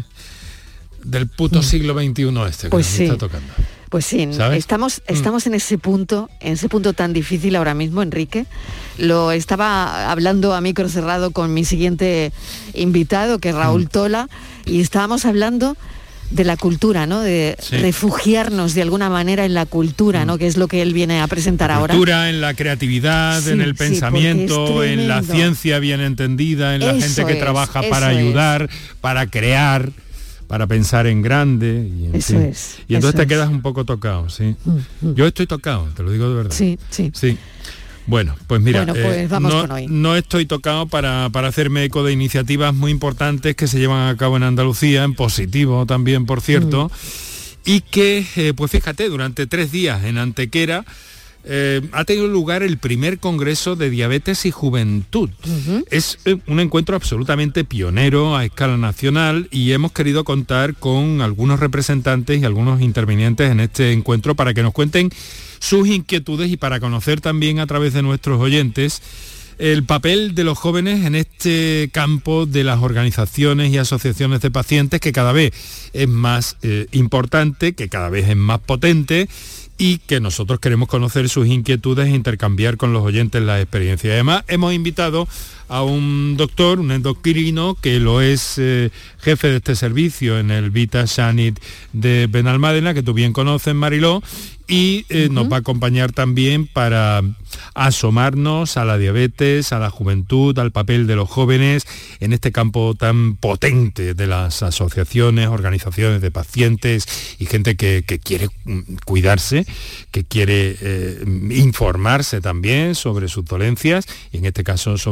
[SPEAKER 10] del puto mm. siglo veintiuno este que
[SPEAKER 6] pues
[SPEAKER 10] nos
[SPEAKER 6] sí.
[SPEAKER 10] está tocando.
[SPEAKER 6] Pues sí,
[SPEAKER 10] ¿sabes?
[SPEAKER 6] estamos, estamos mm. en ese punto, en ese punto tan difícil ahora mismo, Enrique. Lo estaba hablando a micro cerrado con mi siguiente invitado, que es Raúl mm. Tola, y estábamos hablando de la cultura, ¿no? De sí. refugiarnos de alguna manera en la cultura, mm. ¿no? Que es lo que él viene a presentar
[SPEAKER 10] la
[SPEAKER 6] ahora.
[SPEAKER 10] Cultura, en la creatividad, sí, en el pensamiento,
[SPEAKER 6] sí,
[SPEAKER 10] en la ciencia bien entendida, en la
[SPEAKER 6] eso
[SPEAKER 10] gente que
[SPEAKER 6] es,
[SPEAKER 10] trabaja para ayudar, es. para crear, para pensar en grande. Y, en
[SPEAKER 6] eso
[SPEAKER 10] fin.
[SPEAKER 6] es.
[SPEAKER 10] Y entonces te
[SPEAKER 6] es.
[SPEAKER 10] quedas un poco tocado, ¿sí? Mm, mm. Yo estoy tocado, te lo digo de verdad.
[SPEAKER 6] Sí, sí.
[SPEAKER 10] Sí. Bueno, pues mira,
[SPEAKER 6] bueno, pues
[SPEAKER 10] eh,
[SPEAKER 6] vamos
[SPEAKER 10] no,
[SPEAKER 6] con hoy.
[SPEAKER 10] no estoy tocado para, para hacerme eco de iniciativas muy importantes que se llevan a cabo en Andalucía, en positivo también, por cierto, mm. y que, eh, pues fíjate, durante tres días en Antequera, Eh, ha tenido lugar el primer Congreso de Diabetes y Juventud. Uh-huh. Es eh, un encuentro absolutamente pionero a escala nacional y hemos querido contar con algunos representantes y algunos intervinientes en este encuentro para que nos cuenten sus inquietudes y para conocer también a través de nuestros oyentes el papel de los jóvenes en este campo de las organizaciones y asociaciones de pacientes, que cada vez es más eh, importante, que cada vez es más potente, y que nosotros queremos conocer sus inquietudes e intercambiar con los oyentes las experiencias. Además, hemos invitado a un doctor, un endocrino, que lo es eh, jefe de este servicio en el Vita Sanit de Benalmádena, que tú bien conoces, Mariló, y eh, uh-huh. nos va a acompañar también para asomarnos a la diabetes, a la juventud, al papel de los jóvenes en este campo tan potente de las asociaciones, organizaciones de pacientes y gente que, que quiere cuidarse, que quiere eh, informarse también sobre sus dolencias y en este caso sobre las personas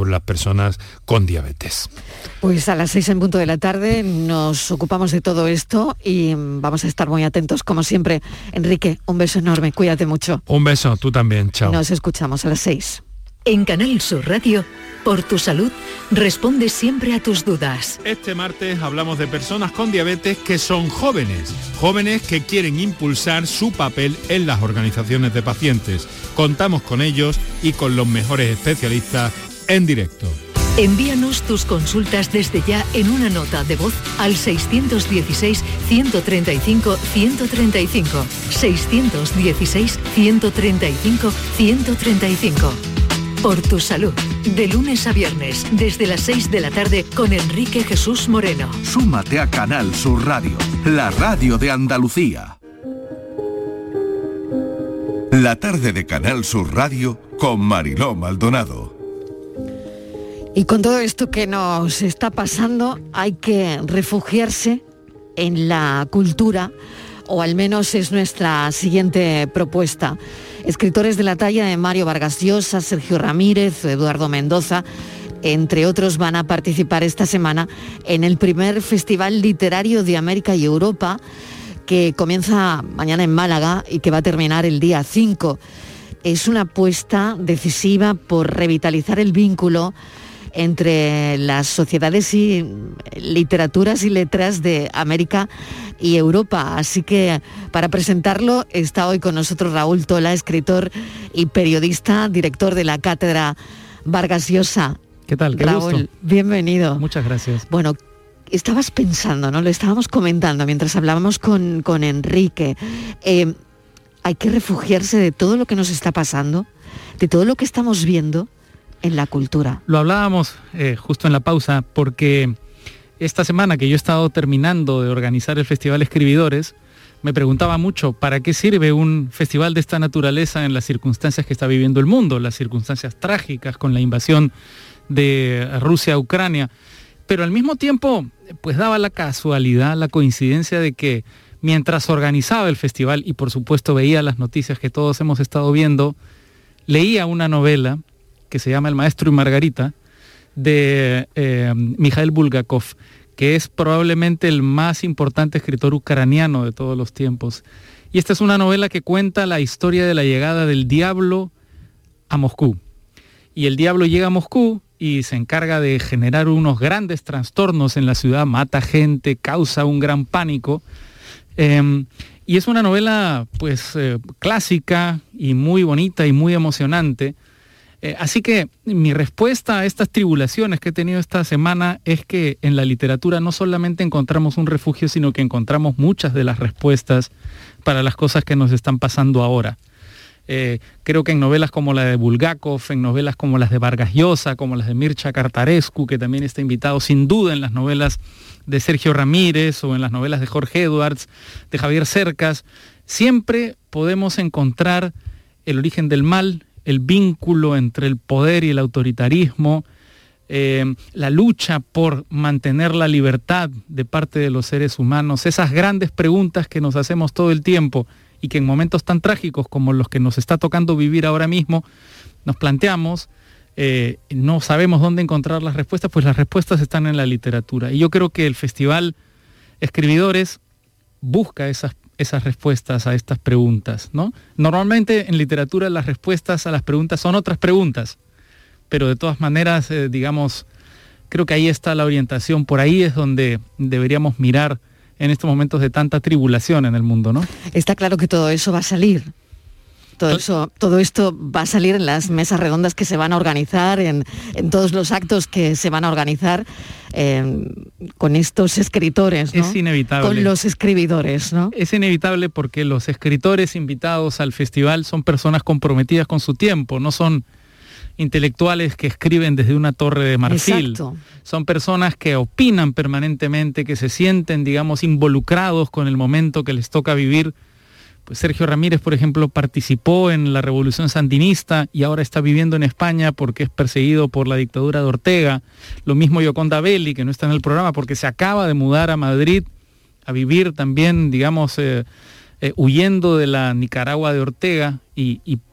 [SPEAKER 10] personas con diabetes.
[SPEAKER 6] Pues a las seis en punto de la tarde nos ocupamos de todo esto y vamos a estar muy atentos como siempre. Enrique, un beso enorme, cuídate mucho.
[SPEAKER 10] Un beso, tú también, chao.
[SPEAKER 6] Nos escuchamos a las seis.
[SPEAKER 4] En Canal Sur Radio, por tu salud, responde siempre a tus dudas.
[SPEAKER 10] Este martes hablamos de personas con diabetes que son jóvenes, jóvenes que quieren impulsar su papel en las organizaciones de pacientes. Contamos con ellos y con los mejores especialistas en directo.
[SPEAKER 4] Envíanos tus consultas desde ya en una nota de voz al seiscientos dieciséis, ciento treinta y cinco, ciento treinta y cinco. seiscientos dieciséis, ciento treinta y cinco, ciento treinta y cinco. Por tu salud, de lunes a viernes, desde las seis de la tarde, con Enrique Jesús Moreno.
[SPEAKER 5] Súmate a Canal Sur Radio, la radio de Andalucía. La tarde de Canal Sur Radio con Mariló Maldonado.
[SPEAKER 6] Y con todo esto que nos está pasando, hay que refugiarse en la cultura, o al menos es nuestra siguiente propuesta. Escritores de la talla de Mario Vargas Llosa, Sergio Ramírez, Eduardo Mendoza, entre otros, van a participar esta semana en el primer Festival Literario de América y Europa, que comienza mañana en Málaga y que va a terminar el día cinco. Es una apuesta decisiva por revitalizar el vínculo entre las sociedades y literaturas y letras de América y Europa. Así que para presentarlo está hoy con nosotros Raúl Tola, escritor y periodista, director de la Cátedra Vargas Llosa.
[SPEAKER 11] ¿Qué tal? Qué
[SPEAKER 6] Raúl,
[SPEAKER 11] gusto.
[SPEAKER 6] Bienvenido.
[SPEAKER 11] Muchas gracias.
[SPEAKER 6] Bueno, estabas pensando, ¿no? Lo estábamos comentando mientras hablábamos con, con Enrique. Eh, hay que refugiarse de todo lo que nos está pasando, de todo lo que estamos viendo en la cultura.
[SPEAKER 11] Lo hablábamos eh, justo en la pausa, porque esta semana que yo he estado terminando de organizar el Festival Escribidores, me preguntaba mucho para qué sirve un festival de esta naturaleza en las circunstancias que está viviendo el mundo, las circunstancias trágicas con la invasión de Rusia a Ucrania. Pero al mismo tiempo, pues daba la casualidad, la coincidencia de que mientras organizaba el festival, y por supuesto veía las noticias que todos hemos estado viendo, leía una novela que se llama El maestro y Margarita, de eh, Mikhail Bulgakov, que es probablemente el más importante escritor ucraniano de todos los tiempos. Y esta es una novela que cuenta la historia de la llegada del diablo a Moscú. Y el diablo llega a Moscú y se encarga de generar unos grandes trastornos en la ciudad, mata gente, causa un gran pánico. Eh, y es una novela pues eh, clásica y muy bonita y muy emocionante. Eh, así que mi respuesta a estas tribulaciones que he tenido esta semana es que en la literatura no solamente encontramos un refugio, sino que encontramos muchas de las respuestas para las cosas que nos están pasando ahora. Eh, creo que en novelas como la de Bulgakov, en novelas como las de Vargas Llosa, como las de Mircea Cartarescu, que también está invitado sin duda en las novelas de Sergio Ramírez o en las novelas de Jorge Edwards, de Javier Cercas, siempre podemos encontrar el origen del mal, el vínculo entre el poder y el autoritarismo, eh, la lucha por mantener la libertad de parte de los seres humanos, esas grandes preguntas que nos hacemos todo el tiempo y que en momentos tan trágicos como los que nos está tocando vivir ahora mismo, nos planteamos, eh, no sabemos dónde encontrar las respuestas, pues las respuestas están en la literatura. Y yo creo que el Festival Escribidores busca esas esas respuestas a estas preguntas, ¿no? Normalmente en literatura las respuestas a las preguntas son otras preguntas, pero de todas maneras, eh, digamos, creo que ahí está la orientación, por ahí es donde deberíamos mirar en estos momentos de tanta tribulación en el mundo, ¿no?
[SPEAKER 6] Está claro que todo eso va a salir. Todo, eso, todo esto va a salir en las mesas redondas que se van a organizar, en, en todos los actos que se van a organizar eh, con estos escritores, ¿no?
[SPEAKER 11] Es inevitable.
[SPEAKER 6] Con los escribidores, ¿no?
[SPEAKER 11] Es inevitable porque los escritores invitados al festival son personas comprometidas con su tiempo, no son intelectuales que escriben desde una torre de marfil.
[SPEAKER 6] Exacto.
[SPEAKER 11] Son personas que opinan permanentemente, que se sienten, digamos, involucrados con el momento que les toca vivir. Pues Sergio Ramírez, por ejemplo, participó en la Revolución Sandinista y ahora está viviendo en España porque es perseguido por la dictadura de Ortega. Lo mismo Yoconda Belli, que no está en el programa porque se acaba de mudar a Madrid a vivir también, digamos, eh, eh, huyendo de la Nicaragua de Ortega y, y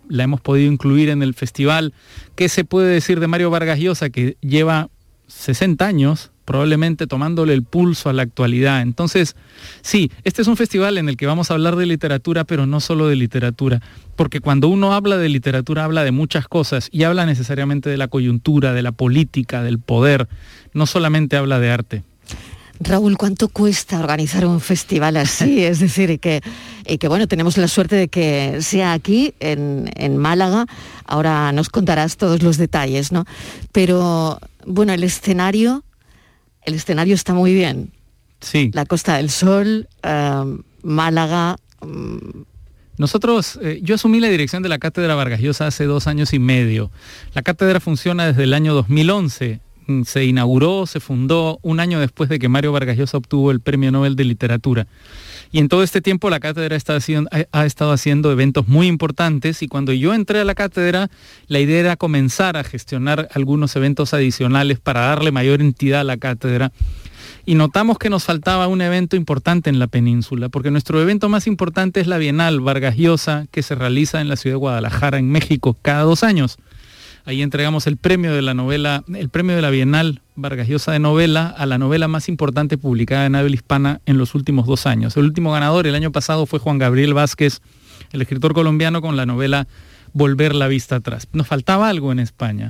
[SPEAKER 11] la hemos podido incluir en el festival. ¿Qué se puede decir de Mario Vargas Llosa, que lleva sesenta años probablemente tomándole el pulso a la actualidad? Entonces, sí, este es un festival en el que vamos a hablar de literatura, pero no solo de literatura, porque cuando uno habla de literatura habla de muchas cosas y habla necesariamente de la coyuntura, de la política, del poder, no solamente habla de arte.
[SPEAKER 6] Raúl, ¿cuánto cuesta organizar un festival así? Es decir, y que, y que bueno, tenemos la suerte de que sea aquí, en, en Málaga. Ahora nos contarás todos los detalles, ¿no? Pero, bueno, el escenario, el escenario está muy bien.
[SPEAKER 11] Sí.
[SPEAKER 6] La Costa del Sol, uh, Málaga. Um...
[SPEAKER 11] Nosotros, eh, yo asumí la dirección de la Cátedra Vargas Llosa hace dos años y medio. La cátedra funciona desde el año dos mil once. Se inauguró, se fundó un año después de que Mario Vargas Llosa obtuvo el Premio Nobel de Literatura. Y en todo este tiempo la cátedra está haciendo, ha estado haciendo eventos muy importantes, y cuando yo entré a la cátedra, la idea era comenzar a gestionar algunos eventos adicionales para darle mayor entidad a la cátedra. Y notamos que nos faltaba un evento importante en la península, porque nuestro evento más importante es la Bienal Vargas Llosa, que se realiza en la ciudad de Guadalajara, en México, cada dos años. Ahí entregamos el premio de la novela, el premio de la Bienal Vargas Llosa de novela a la novela más importante publicada en habla hispana en los últimos dos años. El último ganador el año pasado fue Juan Gabriel Vázquez, el escritor colombiano, con la novela Volver la vista atrás. Nos faltaba algo en España.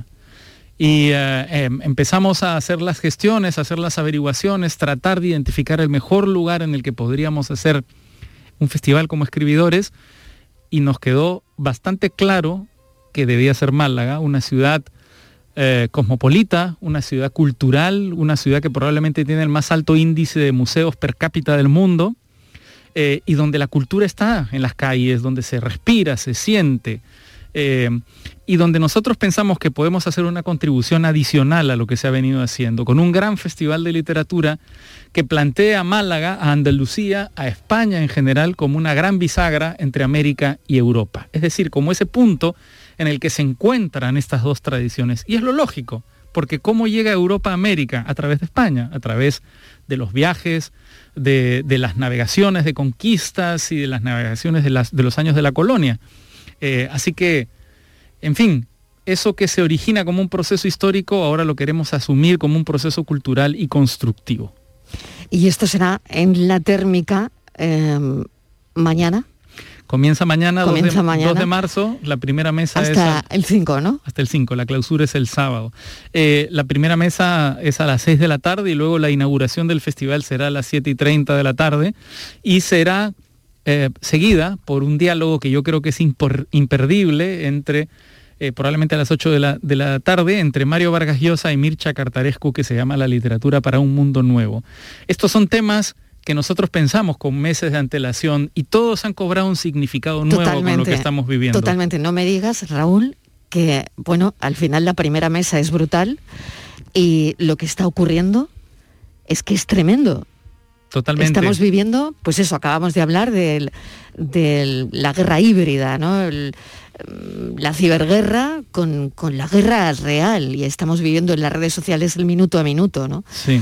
[SPEAKER 11] Y eh, eh, empezamos a hacer las gestiones, a hacer las averiguaciones, tratar de identificar el mejor lugar en el que podríamos hacer un festival como escribidores, y nos quedó bastante claro que debía ser Málaga, una ciudad eh, cosmopolita, una ciudad cultural, una ciudad que probablemente tiene el más alto índice de museos per cápita del mundo, eh, y donde la cultura está en las calles, donde se respira, se siente, eh, y donde nosotros pensamos que podemos hacer una contribución adicional a lo que se ha venido haciendo, con un gran festival de literatura que plantea a Málaga, a Andalucía, a España en general, como una gran bisagra entre América y Europa. Es decir, como ese punto en el que se encuentran estas dos tradiciones. Y es lo lógico, porque ¿cómo llega Europa a América? A través de España, a través de los viajes, de, de las navegaciones de conquistas y de las navegaciones de, las, de los años de la colonia. Eh, así que, en fin, eso que se origina como un proceso histórico, ahora lo queremos asumir como un proceso cultural y constructivo.
[SPEAKER 6] ¿Y esto será en la térmica eh, mañana?
[SPEAKER 11] Comienza mañana,
[SPEAKER 6] Comienza
[SPEAKER 11] dos, de,
[SPEAKER 6] mañana.
[SPEAKER 11] dos de marzo, la primera mesa
[SPEAKER 6] hasta
[SPEAKER 11] es...
[SPEAKER 6] Hasta el cinco, ¿no?
[SPEAKER 11] Hasta el cinco, la clausura es el sábado. Eh, la primera mesa es a las seis de la tarde, y luego la inauguración del festival será a las siete y treinta de la tarde, y será eh, seguida por un diálogo que yo creo que es impor, imperdible entre... Eh, probablemente a las ocho de la, de la tarde, entre Mario Vargas Llosa y Mircea Cartarescu, que se llama La literatura para un mundo nuevo. Estos son temas que nosotros pensamos con meses de antelación, y todos han cobrado un significado nuevo Totalmente. Con lo que estamos viviendo.
[SPEAKER 6] Totalmente. No me digas, Raúl, que bueno, al final la primera mesa es brutal, y lo que está ocurriendo es que es tremendo.
[SPEAKER 11] Totalmente.
[SPEAKER 6] Estamos viviendo, pues eso, acabamos de hablar de, de la guerra híbrida, ¿no? El, la ciberguerra con, con la guerra real, y estamos viviendo en las redes sociales el minuto a minuto, ¿no?
[SPEAKER 11] Sí.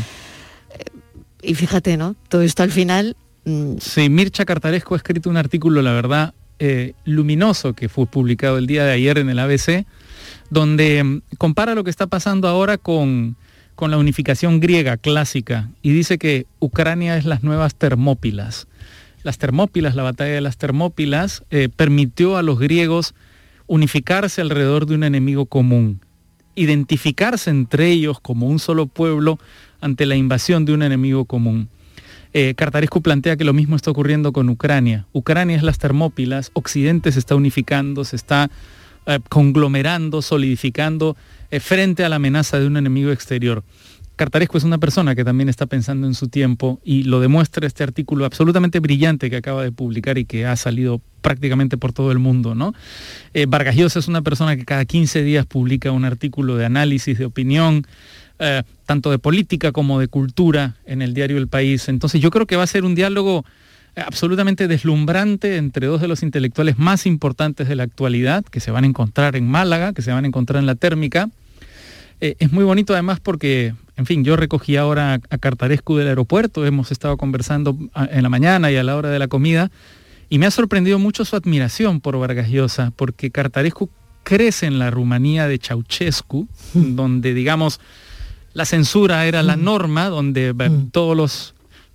[SPEAKER 6] Y fíjate, ¿no? Todo esto al final... Mmm...
[SPEAKER 11] Sí, Mircea Cartarescu ha escrito un artículo, la verdad, eh, luminoso, que fue publicado el día de ayer en el A B C, donde eh, compara lo que está pasando ahora con, con la unificación griega clásica, y dice que Ucrania es las nuevas Termópilas. Las Termópilas, la batalla de las Termópilas, eh, permitió a los griegos unificarse alrededor de un enemigo común, identificarse entre ellos como un solo pueblo ante la invasión de un enemigo común. Eh, Cartarescu plantea que lo mismo está ocurriendo con Ucrania. Ucrania es las Termópilas, Occidente se está unificando, se está eh, conglomerando, solidificando eh, frente a la amenaza de un enemigo exterior. Cartarescu es una persona que también está pensando en su tiempo, y lo demuestra este artículo absolutamente brillante que acaba de publicar y que ha salido prácticamente por todo el mundo, ¿no? Eh, Vargas Llosa es una persona que cada quince días publica un artículo de análisis, de opinión, eh, tanto de política como de cultura en el diario El País. Entonces yo creo que va a ser un diálogo absolutamente deslumbrante entre dos de los intelectuales más importantes de la actualidad, que se van a encontrar en Málaga, que se van a encontrar en la térmica. Eh, es muy bonito además porque, en fin, yo recogí ahora a Cartarescu del aeropuerto, hemos estado conversando en la mañana y a la hora de la comida, Y me ha sorprendido mucho su admiración por Vargas Llosa, porque Cartarescu crece en la Rumanía de Ceausescu, mm. donde, digamos, la censura era mm. la norma, donde mm. todos los...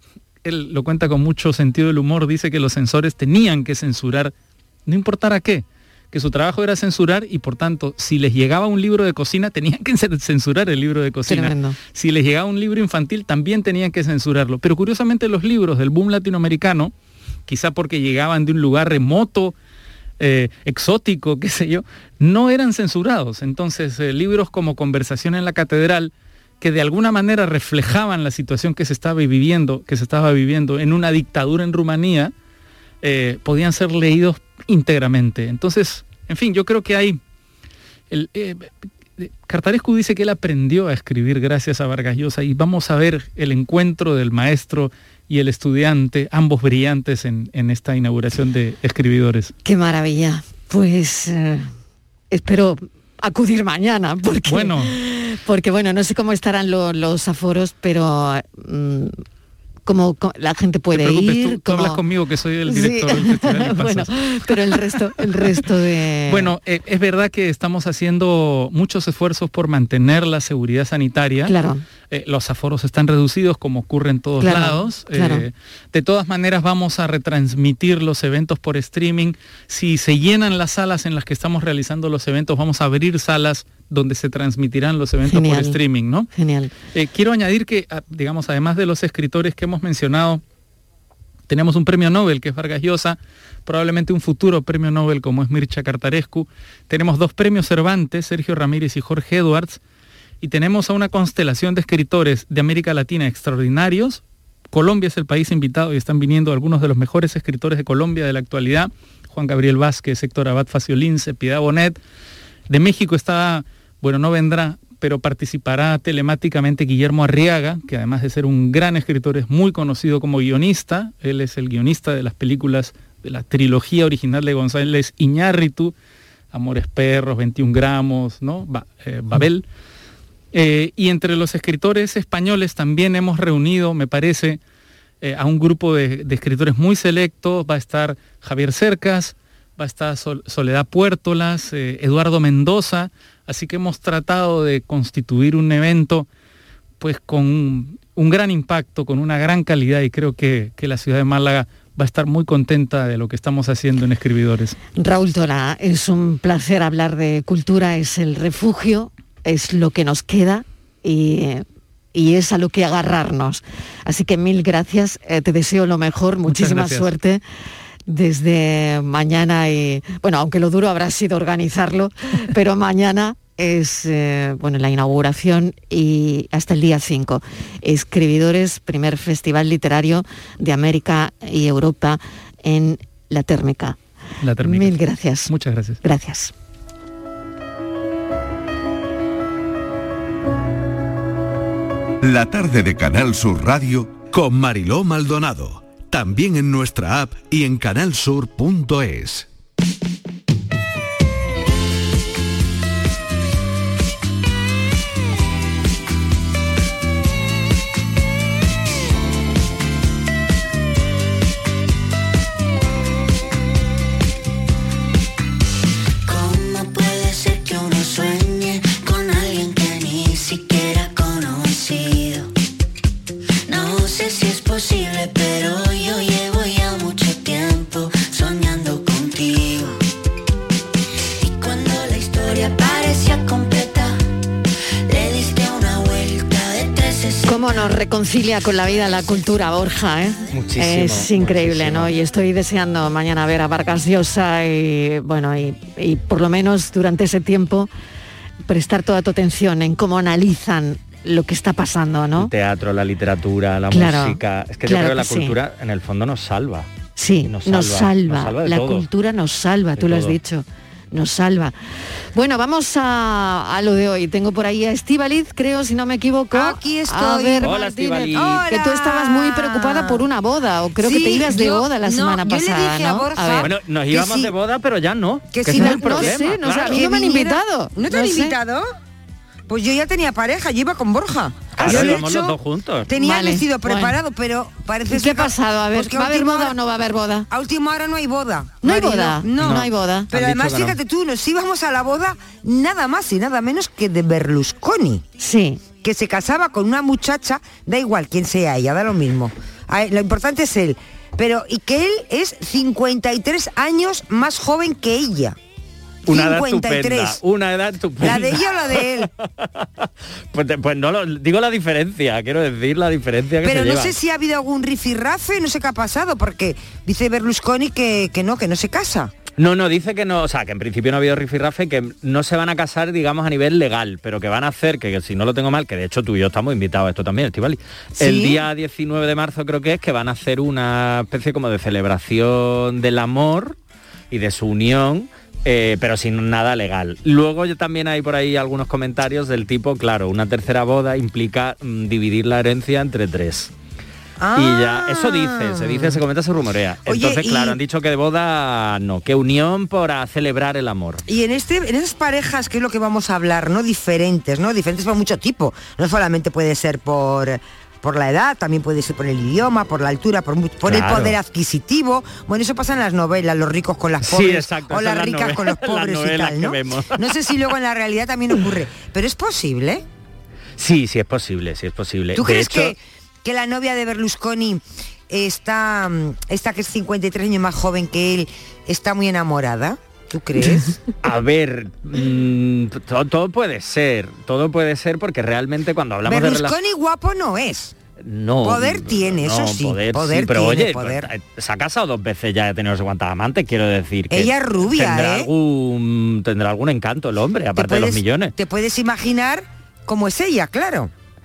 [SPEAKER 11] Él lo cuenta con mucho sentido del humor, dice que los censores tenían que censurar, no importara qué, que su trabajo era censurar y por tanto, si les llegaba un libro de cocina, tenían que censurar el libro de cocina. Tremendo. Si les llegaba un libro infantil, también tenían que censurarlo. Pero curiosamente los libros del boom latinoamericano, quizá porque llegaban de un lugar remoto, eh, exótico, qué sé yo, no eran censurados. Entonces, eh, libros como Conversación en la Catedral, que de alguna manera reflejaban la situación que se estaba viviendo, que se estaba viviendo en una dictadura en Rumanía, eh, podían ser leídos íntegramente. Entonces, en fin, yo creo que hay... El, eh, Cartarescu dice que él aprendió a escribir gracias a Vargas Llosa y vamos a ver el encuentro del maestro y el estudiante, ambos brillantes en, en esta inauguración de Escribidores.
[SPEAKER 6] ¡Qué maravilla! Pues eh, espero acudir mañana, porque bueno, porque, bueno no sé cómo estarán lo, los aforos, pero... Mm, como la gente puede ir.
[SPEAKER 11] Tú, tú como... hablas conmigo, que soy el director sí. del Festival de
[SPEAKER 6] Bueno, pero el resto, el resto de...
[SPEAKER 11] Bueno, eh, es verdad que estamos haciendo muchos esfuerzos por mantener la seguridad sanitaria.
[SPEAKER 6] Claro.
[SPEAKER 11] Eh, los aforos están reducidos, como ocurre en todos
[SPEAKER 6] claro,
[SPEAKER 11] lados.
[SPEAKER 6] Claro.
[SPEAKER 11] Eh, de todas maneras, vamos a retransmitir los eventos por streaming. Si se llenan las salas en las que estamos realizando los eventos, vamos a abrir salas donde se transmitirán los eventos Genial. por streaming, ¿no?
[SPEAKER 6] Genial.
[SPEAKER 11] Eh, quiero añadir que, digamos, además de los escritores que hemos mencionado, tenemos un premio Nobel, que es Vargas Llosa, probablemente un futuro premio Nobel como es Mircea Cartarescu. Tenemos dos premios Cervantes, Sergio Ramírez y Jorge Edwards, y tenemos a una constelación de escritores de América Latina extraordinarios. Colombia es el país invitado y están viniendo algunos de los mejores escritores de Colombia de la actualidad, Juan Gabriel Vázquez, Héctor Abad Faciolince, Piedad Bonet. De México está... Bueno, no vendrá, pero participará telemáticamente Guillermo Arriaga, que además de ser un gran escritor es muy conocido como guionista. Él es el guionista de las películas de la trilogía original de González Iñárritu, Amores Perros, veintiún gramos, ¿no? Ba- eh, Babel. Eh, y entre los escritores españoles también hemos reunido, me parece, eh, a un grupo de, de escritores muy selectos. Va a estar Javier Cercas, va a estar Sol- Soledad Puértolas, eh, Eduardo Mendoza. Así que hemos tratado de constituir un evento pues con un, un gran impacto, con una gran calidad, y creo que, que la ciudad de Málaga va a estar muy contenta de lo que estamos haciendo en Escribidores.
[SPEAKER 6] Raúl Tola, es un placer hablar de cultura, es el refugio, es lo que nos queda y, y es a lo que agarrarnos. Así que mil gracias, eh, te deseo lo mejor, muchísima suerte desde mañana y, bueno, aunque lo duro habrá sido organizarlo, pero mañana es eh, bueno, la inauguración y hasta el día cinco. Escribidores, primer festival literario de América y Europa en La Térmica.
[SPEAKER 11] La Térmica.
[SPEAKER 6] Mil gracias.
[SPEAKER 11] Muchas gracias.
[SPEAKER 6] Gracias.
[SPEAKER 1] La tarde de Canal Sur Radio con Mariló Maldonado. También en nuestra app y en canal sur punto es.
[SPEAKER 12] ¿Cómo puede ser que uno sueñe con alguien que ni siquiera ha conocido? No sé si es posible, pero yo llevo ya mucho tiempo soñando contigo. Y cuando la historia parecía completa, le diste una vuelta de trescientos sesenta.
[SPEAKER 6] ¿Cómo nos reconcilia con la vida la cultura, Borja? ¿eh?
[SPEAKER 7] Muchísimo.
[SPEAKER 6] Es increíble,
[SPEAKER 7] muchísimo.
[SPEAKER 6] ¿no? Y estoy deseando mañana ver a Vargas Llosa y, bueno, y, y por lo menos durante ese tiempo prestar toda tu atención en cómo analizan lo que está pasando, ¿no?
[SPEAKER 7] El teatro, la literatura, la
[SPEAKER 6] Claro,
[SPEAKER 7] música. Es que
[SPEAKER 6] claro
[SPEAKER 7] yo creo que la
[SPEAKER 6] que sí.
[SPEAKER 7] cultura en el fondo nos salva.
[SPEAKER 6] Sí,
[SPEAKER 7] nos
[SPEAKER 6] nos
[SPEAKER 7] salva,
[SPEAKER 6] salva,
[SPEAKER 7] nos salva de
[SPEAKER 6] la
[SPEAKER 7] todo.
[SPEAKER 6] cultura nos salva,
[SPEAKER 7] De
[SPEAKER 6] tú lo has
[SPEAKER 7] todo.
[SPEAKER 6] dicho, nos salva. Bueno, vamos a, a lo de hoy. Tengo por ahí a Estíbaliz, creo, si no me equivoco.
[SPEAKER 13] Aquí estoy.
[SPEAKER 6] A ver,
[SPEAKER 7] Hola,
[SPEAKER 6] Martínez,
[SPEAKER 7] Estíbaliz.
[SPEAKER 6] que tú estabas muy preocupada por una boda, o creo
[SPEAKER 13] Sí,
[SPEAKER 6] que te ibas de
[SPEAKER 13] yo-
[SPEAKER 6] boda la
[SPEAKER 13] no,
[SPEAKER 6] semana
[SPEAKER 13] yo le
[SPEAKER 6] pasada,
[SPEAKER 13] dije a
[SPEAKER 6] ¿no?
[SPEAKER 13] Borja-
[SPEAKER 6] ver.
[SPEAKER 7] Bueno, nos
[SPEAKER 13] Que
[SPEAKER 7] íbamos
[SPEAKER 13] sí.
[SPEAKER 7] de boda, pero ya no.
[SPEAKER 13] Que
[SPEAKER 7] Que
[SPEAKER 13] si
[SPEAKER 7] ese
[SPEAKER 13] no-
[SPEAKER 7] es el
[SPEAKER 6] no
[SPEAKER 7] problema.
[SPEAKER 6] sé, no sé,
[SPEAKER 7] claro.
[SPEAKER 6] a mí no me han
[SPEAKER 13] viniera-
[SPEAKER 6] invitado.
[SPEAKER 13] ¿No te han
[SPEAKER 6] No sé.
[SPEAKER 13] invitado? Pues yo ya tenía pareja, yo iba con Borja.
[SPEAKER 7] Claro,
[SPEAKER 6] Yo, de
[SPEAKER 7] íbamos
[SPEAKER 6] hecho,
[SPEAKER 7] los dos juntos.
[SPEAKER 6] tenía Vale, el vestido bueno. preparado, pero parece ¿Y ser qué que- ha pasado? A ver, pues que ¿va a haber última boda hora- o no va a haber boda?
[SPEAKER 13] A última hora no hay boda.
[SPEAKER 6] ¿No hay
[SPEAKER 13] Marilo.
[SPEAKER 6] boda?
[SPEAKER 13] No.
[SPEAKER 6] No hay boda.
[SPEAKER 13] Pero
[SPEAKER 7] Han dicho
[SPEAKER 13] además,
[SPEAKER 7] que no.
[SPEAKER 13] fíjate tú, nos íbamos a la boda nada más y nada menos que de Berlusconi.
[SPEAKER 6] Sí.
[SPEAKER 13] Que se casaba con una muchacha, da igual quién sea ella, da lo mismo. A- Lo importante es él. Pero, y que él es cincuenta y tres años más joven que ella.
[SPEAKER 7] Una edad
[SPEAKER 13] cincuenta y
[SPEAKER 7] estupenda,
[SPEAKER 13] tres.
[SPEAKER 7] una edad estupenda.
[SPEAKER 13] ¿La de ella o la de él?
[SPEAKER 7] pues, te- pues no lo, digo la diferencia, quiero decir la diferencia que
[SPEAKER 13] Pero
[SPEAKER 7] se
[SPEAKER 13] no
[SPEAKER 7] llevan.
[SPEAKER 13] sé si ha habido algún rifirrafe, no sé qué ha pasado, porque dice Berlusconi que, que no, que no se casa.
[SPEAKER 7] No, no, dice que no, o sea, que en principio no ha habido rifirrafe, que no se van a casar, digamos, a nivel legal, pero que van a hacer, que, que si no lo tengo mal, que de hecho tú y yo estamos invitados a esto también, Estivali.
[SPEAKER 13] ¿Sí?
[SPEAKER 7] El día diecinueve de marzo creo que es, que van a hacer una especie como de celebración del amor y de su unión, eh, pero sin nada legal. Luego yo también hay por ahí algunos comentarios del tipo, claro, una tercera boda implica mm, dividir la herencia entre tres. Y ya, eso dice, se dice, se comenta, se rumorea.
[SPEAKER 13] Oye,
[SPEAKER 7] Entonces,
[SPEAKER 13] y-
[SPEAKER 7] claro, han dicho que de boda no, que unión para celebrar el amor.
[SPEAKER 13] Y en este, en esas parejas, que es lo que vamos a hablar, ¿no? Diferentes, ¿no? Diferentes por mucho tipo. No solamente puede ser por, por la edad, también puede ser por el idioma, por la altura, por, mu- por
[SPEAKER 7] Claro.
[SPEAKER 13] el poder adquisitivo. Bueno, eso pasa en las novelas, los ricos con las
[SPEAKER 7] Sí,
[SPEAKER 13] pobres,
[SPEAKER 7] exacto,
[SPEAKER 13] o
[SPEAKER 7] eso
[SPEAKER 13] las
[SPEAKER 7] en las
[SPEAKER 13] ricas
[SPEAKER 7] nove-
[SPEAKER 13] con los
[SPEAKER 7] las
[SPEAKER 13] pobres y
[SPEAKER 7] novelas
[SPEAKER 13] tal,
[SPEAKER 7] que
[SPEAKER 13] ¿no?
[SPEAKER 7] vemos.
[SPEAKER 13] No sé si luego en la realidad también ocurre, pero es posible.
[SPEAKER 7] Sí, sí es posible, sí es posible.
[SPEAKER 13] ¿Tú
[SPEAKER 7] De
[SPEAKER 13] crees
[SPEAKER 7] hecho,
[SPEAKER 13] que, que la novia de Berlusconi está, mm, esta que es cincuenta y tres años más joven que él, está muy enamorada? ¿Tú crees?
[SPEAKER 7] a ver, mm, todo, todo puede ser, todo puede ser porque realmente cuando hablamos de relaciones...
[SPEAKER 13] Berlusconi guapo no es.
[SPEAKER 7] No,
[SPEAKER 13] Poder tiene,
[SPEAKER 7] no,
[SPEAKER 13] eso sí,
[SPEAKER 7] poder,
[SPEAKER 13] poder
[SPEAKER 7] sí, pero
[SPEAKER 13] tiene,
[SPEAKER 7] oye,
[SPEAKER 13] poder.
[SPEAKER 7] pues, se ha casado dos veces ya, ha tenido no sé cuántas amantes, quiero decir. Que
[SPEAKER 13] Ella es rubia,
[SPEAKER 7] tendrá
[SPEAKER 13] ¿eh?
[SPEAKER 7] Algún, tendrá algún encanto el hombre, aparte de los millones.
[SPEAKER 13] Te puedes imaginar cómo es ella, claro.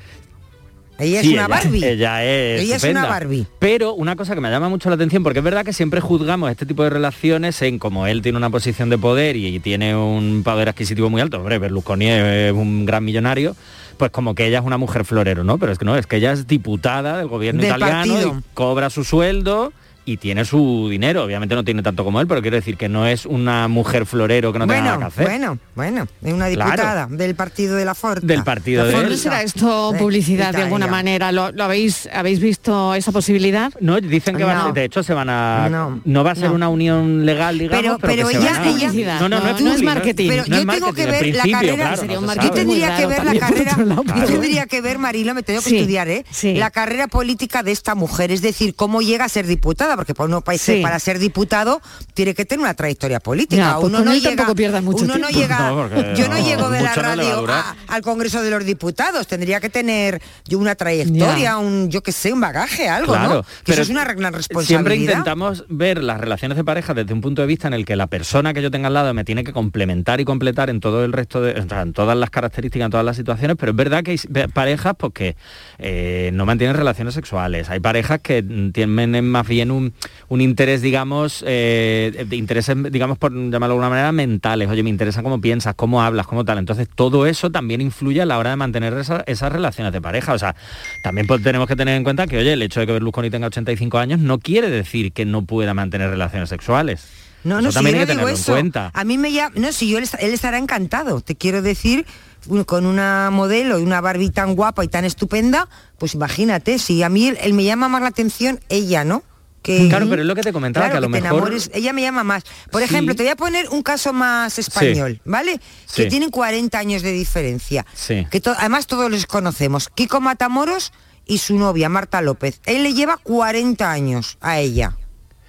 [SPEAKER 13] Ella
[SPEAKER 7] Sí,
[SPEAKER 13] es una Barbie.
[SPEAKER 7] Ella es
[SPEAKER 13] Ella es
[SPEAKER 7] estupenda.
[SPEAKER 13] una Barbie.
[SPEAKER 7] Pero una cosa que me llama mucho la atención, porque es verdad que siempre juzgamos este tipo de relaciones en como él tiene una posición de poder y tiene un poder adquisitivo muy alto. Hombre, Berlusconi es un gran millonario, pues como que ella es una mujer florero, ¿no? Pero es que no, es que ella es diputada del gobierno
[SPEAKER 13] Del
[SPEAKER 7] italiano
[SPEAKER 13] partido.
[SPEAKER 7] y cobra su sueldo y tiene su dinero. Obviamente no tiene tanto como él, pero quiero decir que no es una mujer florero que no tenga nada que
[SPEAKER 13] Bueno,
[SPEAKER 7] hacer.
[SPEAKER 13] bueno, bueno, es una
[SPEAKER 7] Claro.
[SPEAKER 13] diputada del partido de la Forta.
[SPEAKER 7] Del partido
[SPEAKER 13] La
[SPEAKER 7] de
[SPEAKER 6] ¿Por
[SPEAKER 7] él.
[SPEAKER 6] qué será esto
[SPEAKER 13] De
[SPEAKER 6] publicidad de
[SPEAKER 13] Italia.
[SPEAKER 6] alguna manera? ¿Lo, lo habéis, habéis visto esa posibilidad?
[SPEAKER 7] No, dicen que van a,
[SPEAKER 6] No.
[SPEAKER 7] de hecho se van a
[SPEAKER 13] No.
[SPEAKER 7] no, va a ser
[SPEAKER 6] No.
[SPEAKER 7] una unión legal, digamos,
[SPEAKER 13] Pero-
[SPEAKER 7] pero,
[SPEAKER 13] pero
[SPEAKER 7] que se
[SPEAKER 13] ella-
[SPEAKER 7] van a-
[SPEAKER 6] ella-
[SPEAKER 7] no, no, no,
[SPEAKER 6] no,
[SPEAKER 7] es,
[SPEAKER 6] no es
[SPEAKER 7] publi,
[SPEAKER 6] marketing.
[SPEAKER 13] Pero
[SPEAKER 7] no
[SPEAKER 13] yo
[SPEAKER 7] es
[SPEAKER 13] tengo que
[SPEAKER 7] marketing,
[SPEAKER 13] ver
[SPEAKER 7] en
[SPEAKER 13] la
[SPEAKER 7] principio,
[SPEAKER 13] carrera,
[SPEAKER 7] claro,
[SPEAKER 6] sería un
[SPEAKER 7] no se
[SPEAKER 6] marketing
[SPEAKER 13] Yo
[SPEAKER 7] sabe.
[SPEAKER 13] tendría
[SPEAKER 6] muy
[SPEAKER 13] que
[SPEAKER 6] raro
[SPEAKER 13] ver la
[SPEAKER 6] también, por
[SPEAKER 13] carrera,
[SPEAKER 6] otro lado,
[SPEAKER 13] yo
[SPEAKER 6] pero
[SPEAKER 13] tendría que ver, Marilo, me tengo que
[SPEAKER 6] Sí,
[SPEAKER 13] estudiar, ¿eh?
[SPEAKER 6] sí.
[SPEAKER 13] La carrera política de esta mujer, es decir, cómo llega a ser diputada, porque para, uno, para,
[SPEAKER 6] Sí.
[SPEAKER 13] para ser diputado tiene que tener una trayectoria política.
[SPEAKER 6] Ya, pues
[SPEAKER 13] uno
[SPEAKER 6] con
[SPEAKER 13] no
[SPEAKER 6] él
[SPEAKER 13] llega,
[SPEAKER 6] tampoco pierdas mucho
[SPEAKER 13] uno no
[SPEAKER 6] tiempo.
[SPEAKER 13] llega,
[SPEAKER 7] No, porque
[SPEAKER 13] yo no
[SPEAKER 7] no,
[SPEAKER 13] llego de la
[SPEAKER 7] mucho no le va a
[SPEAKER 13] radio
[SPEAKER 7] durar.
[SPEAKER 13] a- al Congreso de los Diputados, tendría que tener yo una trayectoria,
[SPEAKER 6] Ya.
[SPEAKER 13] un, yo qué sé, un bagaje, algo,
[SPEAKER 7] Claro,
[SPEAKER 13] ¿no? Que
[SPEAKER 7] pero
[SPEAKER 13] eso es una gran responsabilidad.
[SPEAKER 7] siempre intentamos ver las relaciones de pareja desde un punto de vista en el que la persona que yo tenga al lado me tiene que complementar y completar en todo el resto de, o sea, en todas las características, en todas las situaciones, pero es verdad que hay ve- parejas pues, que eh, no mantienen relaciones sexuales, hay parejas que mm, tienen más bien un, un interés, digamos, eh, de intereses, digamos, por llamarlo de alguna manera, mentales. Oye, me interesa cómo piensas, cómo hablas, cómo tal. Entonces todo eso también influye a la hora de mantener esa- esas relaciones de pareja. O sea, también pues, tenemos que tener en cuenta que, oye, el hecho de que Berlusconi tenga ochenta y cinco años no quiere decir que no pueda mantener relaciones sexuales.
[SPEAKER 13] No,
[SPEAKER 7] Eso
[SPEAKER 13] no, si
[SPEAKER 7] también
[SPEAKER 13] yo
[SPEAKER 7] hay
[SPEAKER 13] no
[SPEAKER 7] que
[SPEAKER 13] digo
[SPEAKER 7] tenerlo en
[SPEAKER 13] eso.
[SPEAKER 7] cuenta.
[SPEAKER 13] A mí me llama, no, si yo él, él estará encantado. Te quiero decir, un- con una modelo y una Barbie tan guapa y tan estupenda, pues imagínate, si a mí él, él me llama más la atención ella, ¿no? Que,
[SPEAKER 7] Claro, pero es lo que te comentaba,
[SPEAKER 13] Claro,
[SPEAKER 7] que a lo
[SPEAKER 13] te
[SPEAKER 7] mejor...
[SPEAKER 13] enamores, ella me llama más. Por
[SPEAKER 7] Sí.
[SPEAKER 13] ejemplo, te voy a poner un caso más español, ¿vale?
[SPEAKER 7] Sí.
[SPEAKER 13] Que tienen cuarenta años de diferencia.
[SPEAKER 7] Sí.
[SPEAKER 13] Que to- además todos los conocemos. Kiko Matamoros y su novia, Marta López. Él le lleva cuarenta años a ella.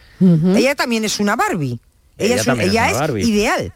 [SPEAKER 13] Ella también es una Barbie. Ella,
[SPEAKER 7] Ella
[SPEAKER 13] es, un-
[SPEAKER 7] también es
[SPEAKER 13] ella
[SPEAKER 7] una
[SPEAKER 13] es
[SPEAKER 7] Barbie.
[SPEAKER 13] ideal.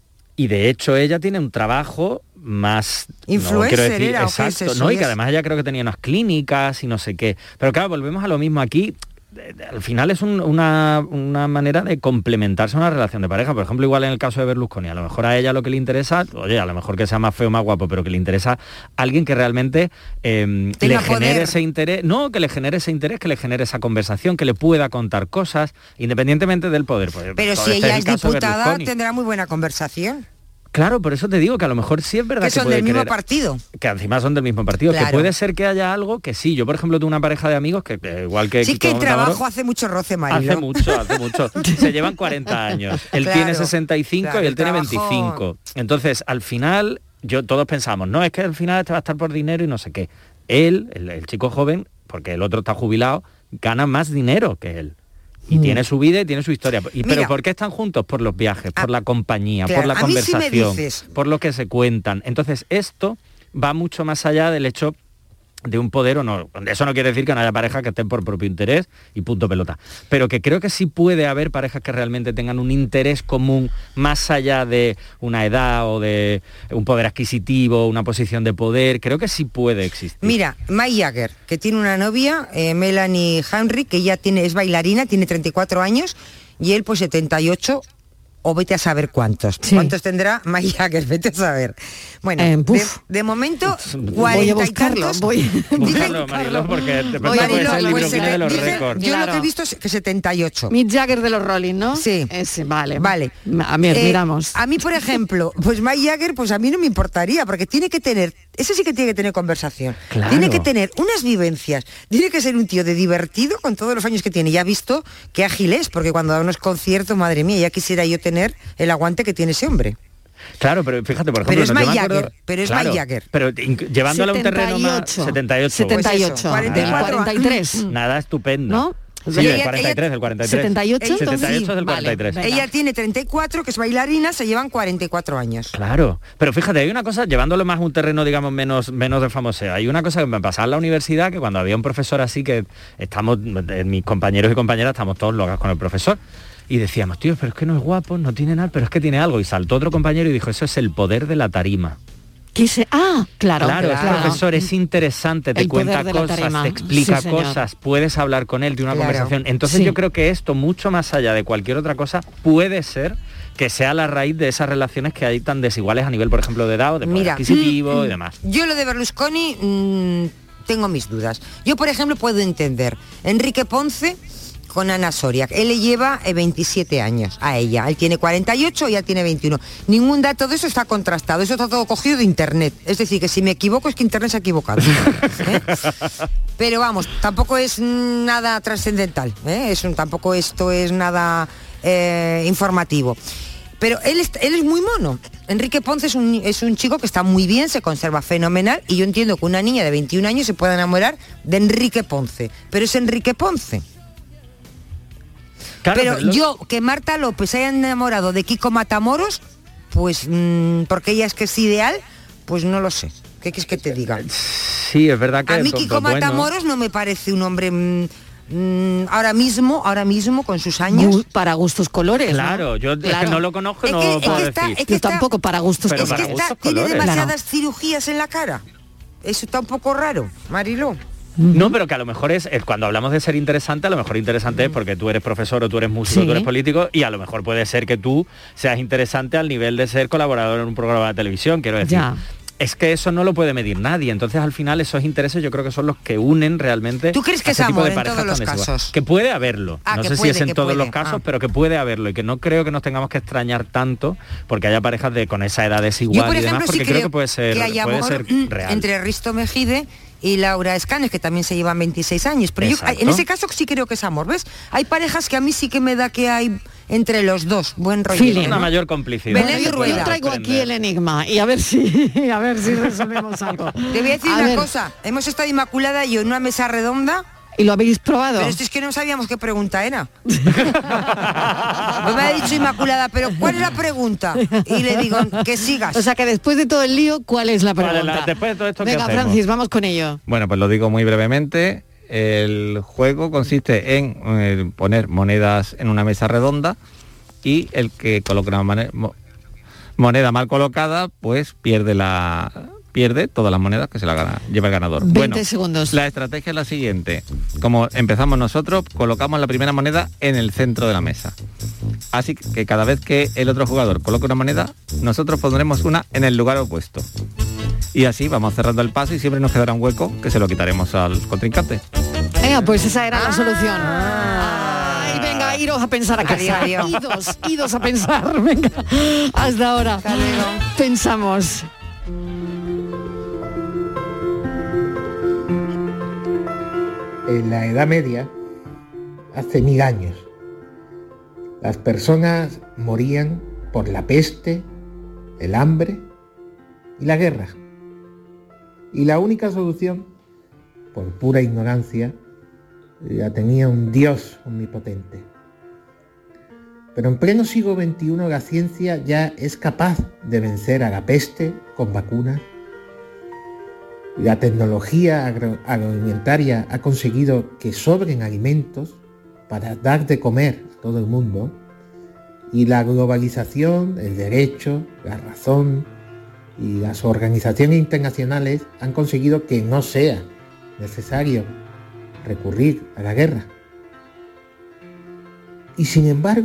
[SPEAKER 7] Y de hecho ella tiene un trabajo más...
[SPEAKER 13] Influencer
[SPEAKER 7] no, quiero decir,
[SPEAKER 13] era, ¿o qué es
[SPEAKER 7] exacto,
[SPEAKER 13] eso?
[SPEAKER 7] ¿no? Y
[SPEAKER 13] Ya
[SPEAKER 7] que
[SPEAKER 13] es-
[SPEAKER 7] además ella creo que tenía unas clínicas y no sé qué. Pero claro, volvemos a lo mismo aquí. eh, Al final es un- una, una manera de complementarse a una relación de pareja. Por ejemplo, igual en el caso de Berlusconi, a lo mejor a ella lo que le interesa, oye, a lo mejor que sea más feo, más guapo, pero que le interesa alguien que realmente eh, le
[SPEAKER 13] Tenga
[SPEAKER 7] genere
[SPEAKER 13] poder.
[SPEAKER 7] ese interés, no, que le genere ese interés, que le genere esa conversación, que le pueda contar cosas, independientemente del poder. Pues,
[SPEAKER 13] Pero
[SPEAKER 7] todo
[SPEAKER 13] si
[SPEAKER 7] este
[SPEAKER 13] ella
[SPEAKER 7] el
[SPEAKER 13] es
[SPEAKER 7] caso de
[SPEAKER 13] diputada,
[SPEAKER 7] Berlusconi.
[SPEAKER 13] tendrá muy buena conversación.
[SPEAKER 7] Claro, por eso te digo que a lo mejor sí es verdad
[SPEAKER 13] Que
[SPEAKER 7] que,
[SPEAKER 13] son
[SPEAKER 7] puede
[SPEAKER 13] del mismo
[SPEAKER 7] querer-
[SPEAKER 13] partido.
[SPEAKER 7] que encima son del mismo partido,
[SPEAKER 13] Claro.
[SPEAKER 7] que puede ser que haya algo que sí. Yo, por ejemplo, tengo una pareja de amigos que, que igual que
[SPEAKER 13] Sí
[SPEAKER 7] Kiko
[SPEAKER 13] que el
[SPEAKER 7] Matamoros,
[SPEAKER 13] trabajo hace mucho roce, Marilo.
[SPEAKER 7] hace mucho, hace mucho. Se llevan cuarenta años. Él
[SPEAKER 13] Claro,
[SPEAKER 7] tiene sesenta y cinco
[SPEAKER 13] claro,
[SPEAKER 7] y él
[SPEAKER 13] el
[SPEAKER 7] tiene
[SPEAKER 13] trabajo-
[SPEAKER 7] veinticinco. Entonces, al final, yo todos pensamos, no, es que al final este va a estar por dinero y no sé qué. él, el, el chico joven, porque el otro está jubilado, gana más dinero que él. Y mm. tiene su vida y tiene su historia. Y, ¿Pero por qué están juntos? Por los viajes, por ah, la compañía, claro, por la conversación, sí por lo que se cuentan. Entonces, esto va mucho más allá del hecho de un poder o no. Eso no quiere decir que no haya parejas que estén por propio interés y punto pelota. Pero que creo que sí puede haber parejas que realmente tengan un interés común más allá de una edad o de un poder adquisitivo, una posición de poder. Creo que sí puede existir.
[SPEAKER 13] Mira, Mick Jagger, que tiene una novia, eh, Melanie Henry, que ya tiene, es bailarina, tiene treinta y cuatro años, y él pues setenta y ocho, o vete a saber cuántos. Sí. ¿Cuántos tendrá Mick Jagger? Vete a saber. Bueno, eh, de, de momento,
[SPEAKER 6] voy a buscarlo.
[SPEAKER 13] Tantos,
[SPEAKER 6] voy
[SPEAKER 7] Búscalo, Mariló, porque te puede ser el libro pues, de los
[SPEAKER 13] dicen,
[SPEAKER 7] récords.
[SPEAKER 13] Yo
[SPEAKER 6] claro.
[SPEAKER 13] lo que he visto es que setenta y ocho.
[SPEAKER 6] Mick Jagger de los Rolling, ¿no?
[SPEAKER 13] Sí.
[SPEAKER 6] Ese, vale.
[SPEAKER 13] Vale.
[SPEAKER 6] A ver, eh, miramos.
[SPEAKER 13] A mí, por ejemplo, pues Mick Jagger, pues a mí no me importaría, porque tiene que tener, ese sí que tiene que tener conversación.
[SPEAKER 7] Claro.
[SPEAKER 13] Tiene que tener unas vivencias. Tiene que ser un tío de divertido con todos los años que tiene. Ya ha visto qué ágil es, porque cuando da unos conciertos, madre mía, ya quisiera yo tener el aguante que tiene ese hombre.
[SPEAKER 7] Claro, pero fíjate, por ejemplo...
[SPEAKER 13] Pero es
[SPEAKER 7] no
[SPEAKER 13] Mick
[SPEAKER 7] Jagger,
[SPEAKER 13] acuerdo, pero es
[SPEAKER 7] claro,
[SPEAKER 13] Mick Jagger.
[SPEAKER 7] Pero llevándolo a un terreno más... setenta y ocho.
[SPEAKER 6] setenta y ocho,
[SPEAKER 13] pues
[SPEAKER 6] del cuarenta y tres.
[SPEAKER 7] Nada estupendo.
[SPEAKER 6] ¿No?
[SPEAKER 7] Sí,
[SPEAKER 13] ella,
[SPEAKER 7] del cuarenta y tres,
[SPEAKER 13] ella,
[SPEAKER 7] del cuarenta y tres.
[SPEAKER 6] ¿setenta y ocho?
[SPEAKER 7] setenta y ocho del
[SPEAKER 6] Vale,
[SPEAKER 7] cuarenta y tres.
[SPEAKER 6] venga.
[SPEAKER 13] Ella tiene treinta y cuatro, que es bailarina, se llevan cuarenta y cuatro años.
[SPEAKER 7] Claro, pero fíjate, hay una cosa, llevándolo más a un terreno, digamos, menos, menos de famoseo. Hay una cosa que me pasaba en la universidad, que cuando había un profesor así, que estamos, mis compañeros y compañeras, estamos todos locas con el profesor. Y decíamos, tío, pero es que no es guapo, no tiene nada, pero es que tiene algo. Y saltó otro compañero y dijo, eso es el poder de la tarima.
[SPEAKER 6] ¿Qué se... Ah, claro.
[SPEAKER 7] Claro,
[SPEAKER 6] claro.
[SPEAKER 7] es profesor, es interesante, te
[SPEAKER 6] el
[SPEAKER 7] cuenta cosas, te explica sí, cosas, puedes hablar con él de una claro. conversación. Entonces sí. yo creo que esto, mucho más allá de cualquier otra cosa, puede ser que sea la raíz de esas relaciones que hay tan desiguales a nivel, por ejemplo, de edad o de poder Mira, adquisitivo mm, y demás.
[SPEAKER 13] Yo lo de Berlusconi mmm, tengo mis dudas. Yo, por ejemplo, puedo entender Enrique Ponce con Ana Soria. Él le lleva eh, veintisiete años a ella. Él tiene cuarenta y ocho, ella tiene veintiuno. Ningún dato de eso está contrastado. Eso está todo cogido de internet. Es decir, que si me equivoco es que internet se ha equivocado. ¿Eh? Pero vamos, tampoco es nada trascendental. ¿eh? Es un, tampoco esto es nada eh, informativo. Pero él es, él es muy mono. Enrique Ponce es un, es un chico que está muy bien, se conserva fenomenal, y yo entiendo que una niña de veintiún años se pueda enamorar de Enrique Ponce. Pero es Enrique Ponce. Claro, pero, pero lo... yo, que Marta López se haya enamorado de Kiko Matamoros, pues mmm, porque ella es que es ideal, pues no lo sé. ¿Qué quieres que te diga?
[SPEAKER 7] Sí, es verdad que...
[SPEAKER 13] A mí Kiko bueno. Matamoros no me parece un hombre... Mmm, mmm, ahora mismo, ahora mismo, con sus años...
[SPEAKER 6] Muy para gustos colores.
[SPEAKER 7] Claro,
[SPEAKER 6] ¿no?
[SPEAKER 7] yo
[SPEAKER 6] claro.
[SPEAKER 7] Es que no lo conozco,
[SPEAKER 13] es
[SPEAKER 7] no
[SPEAKER 13] que,
[SPEAKER 7] puedo
[SPEAKER 13] es que está,
[SPEAKER 7] decir.
[SPEAKER 13] Es que
[SPEAKER 6] yo tampoco para gustos
[SPEAKER 7] pero
[SPEAKER 13] es
[SPEAKER 7] para
[SPEAKER 13] que
[SPEAKER 7] gustos
[SPEAKER 13] está, tiene
[SPEAKER 7] colores.
[SPEAKER 13] demasiadas
[SPEAKER 6] claro.
[SPEAKER 13] cirugías en la cara. Eso está un poco raro, Mariló.
[SPEAKER 7] No, pero que a lo mejor es, cuando hablamos de ser interesante, a lo mejor interesante es porque tú eres profesor o tú eres músico, sí. tú eres político, y a lo mejor puede ser que tú seas interesante al nivel de ser colaborador en un programa de televisión, quiero decir.
[SPEAKER 6] Ya.
[SPEAKER 7] Es que eso no lo puede medir nadie, entonces al final esos intereses yo creo que son los que unen realmente.
[SPEAKER 13] ¿Tú crees que es amor en todos los casos?
[SPEAKER 7] Que puede haberlo,
[SPEAKER 13] ah,
[SPEAKER 7] no sé
[SPEAKER 13] puede,
[SPEAKER 7] si es en todos
[SPEAKER 13] puede.
[SPEAKER 7] los casos,
[SPEAKER 13] ah.
[SPEAKER 7] pero que puede haberlo, y que no creo que nos tengamos que extrañar tanto porque haya parejas de con esa edad desigual
[SPEAKER 13] yo, por
[SPEAKER 7] y
[SPEAKER 13] ejemplo,
[SPEAKER 7] demás, porque
[SPEAKER 13] sí
[SPEAKER 7] creo,
[SPEAKER 13] creo
[SPEAKER 7] que puede ser,
[SPEAKER 13] que hay
[SPEAKER 7] puede
[SPEAKER 13] amor
[SPEAKER 7] ser real.
[SPEAKER 13] Entre Risto Mejide y Laura Escanes, que también se llevan veintiséis años, pero yo, en ese caso sí creo que es amor, ¿ves? Hay parejas que a mí sí que me da que hay entre los dos buen rollo.
[SPEAKER 7] Feeling, una mayor complicidad.
[SPEAKER 13] Belén
[SPEAKER 6] yo,
[SPEAKER 13] Rueda.
[SPEAKER 6] yo traigo aquí el enigma y a ver si a ver si resolvemos algo.
[SPEAKER 13] Te voy a decir
[SPEAKER 6] a
[SPEAKER 13] una
[SPEAKER 6] ver.
[SPEAKER 13] cosa, hemos estado Inmaculada y yo en una mesa redonda.
[SPEAKER 6] ¿Y lo habéis probado?
[SPEAKER 13] Pero esto es que no sabíamos qué pregunta era. No me ha dicho Inmaculada, pero ¿cuál es la pregunta? Y le digo, que sigas.
[SPEAKER 6] O sea que después de todo el lío, ¿cuál es la pregunta?
[SPEAKER 7] Vale, la, después de todo esto,
[SPEAKER 6] venga,
[SPEAKER 7] ¿qué hacemos?
[SPEAKER 6] Francis, vamos con ello.
[SPEAKER 14] Bueno, pues lo digo muy brevemente. El juego consiste en eh, poner monedas en una mesa redonda, y el que coloque una moneda, moneda mal colocada, pues pierde la... pierde todas las monedas que se la gana, lleva el ganador.
[SPEAKER 6] veinte
[SPEAKER 14] bueno,
[SPEAKER 6] segundos.
[SPEAKER 14] La estrategia es la siguiente. Como empezamos nosotros, colocamos la primera moneda en el centro de la mesa. Así que cada vez que el otro jugador coloque una moneda, nosotros pondremos una en el lugar opuesto. Y así vamos cerrando el paso y siempre nos quedará un hueco que se lo quitaremos al contrincante.
[SPEAKER 6] Venga, pues esa era ah, la solución. Ay, venga, iros a pensar a casa.
[SPEAKER 13] Adiós.
[SPEAKER 6] Idos, idos a pensar. Venga, hasta ahora.
[SPEAKER 13] Hasta luego.
[SPEAKER 6] Pensamos.
[SPEAKER 15] En la Edad Media, hace mil años, las personas morían por la peste, el hambre y la guerra. Y la única solución por pura ignorancia, la tenía un Dios omnipotente. Pero en pleno siglo veintiuno la ciencia ya es capaz de vencer a la peste con vacunas. La tecnología agro- agroalimentaria ha conseguido que sobren alimentos para dar de comer a todo el mundo. Y la globalización, el derecho, la razón y las organizaciones internacionales han conseguido que no sea necesario recurrir a la guerra. Y sin embargo,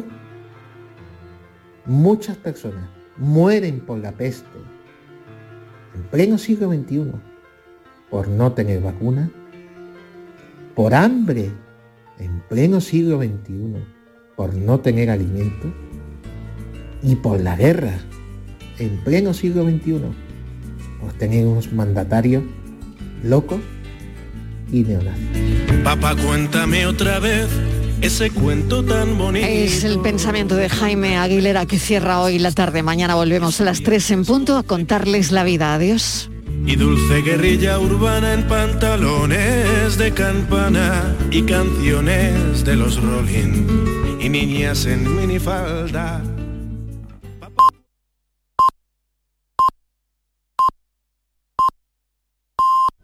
[SPEAKER 15] muchas personas mueren por la peste en pleno siglo veintiuno por no tener vacuna, por hambre en pleno siglo veintiuno por no tener alimento y por la guerra en pleno siglo veintiuno por tener unos mandatarios locos y neonazis.
[SPEAKER 16] Papá, cuéntame otra vez ese cuento tan bonito.
[SPEAKER 6] Es el pensamiento de Jaime Aguilera que cierra hoy la tarde. Mañana volvemos a las tres en punto a contarles la vida. Adiós.
[SPEAKER 16] Y dulce guerrilla urbana en pantalones de campana y canciones de los Rolling y niñas en minifalda.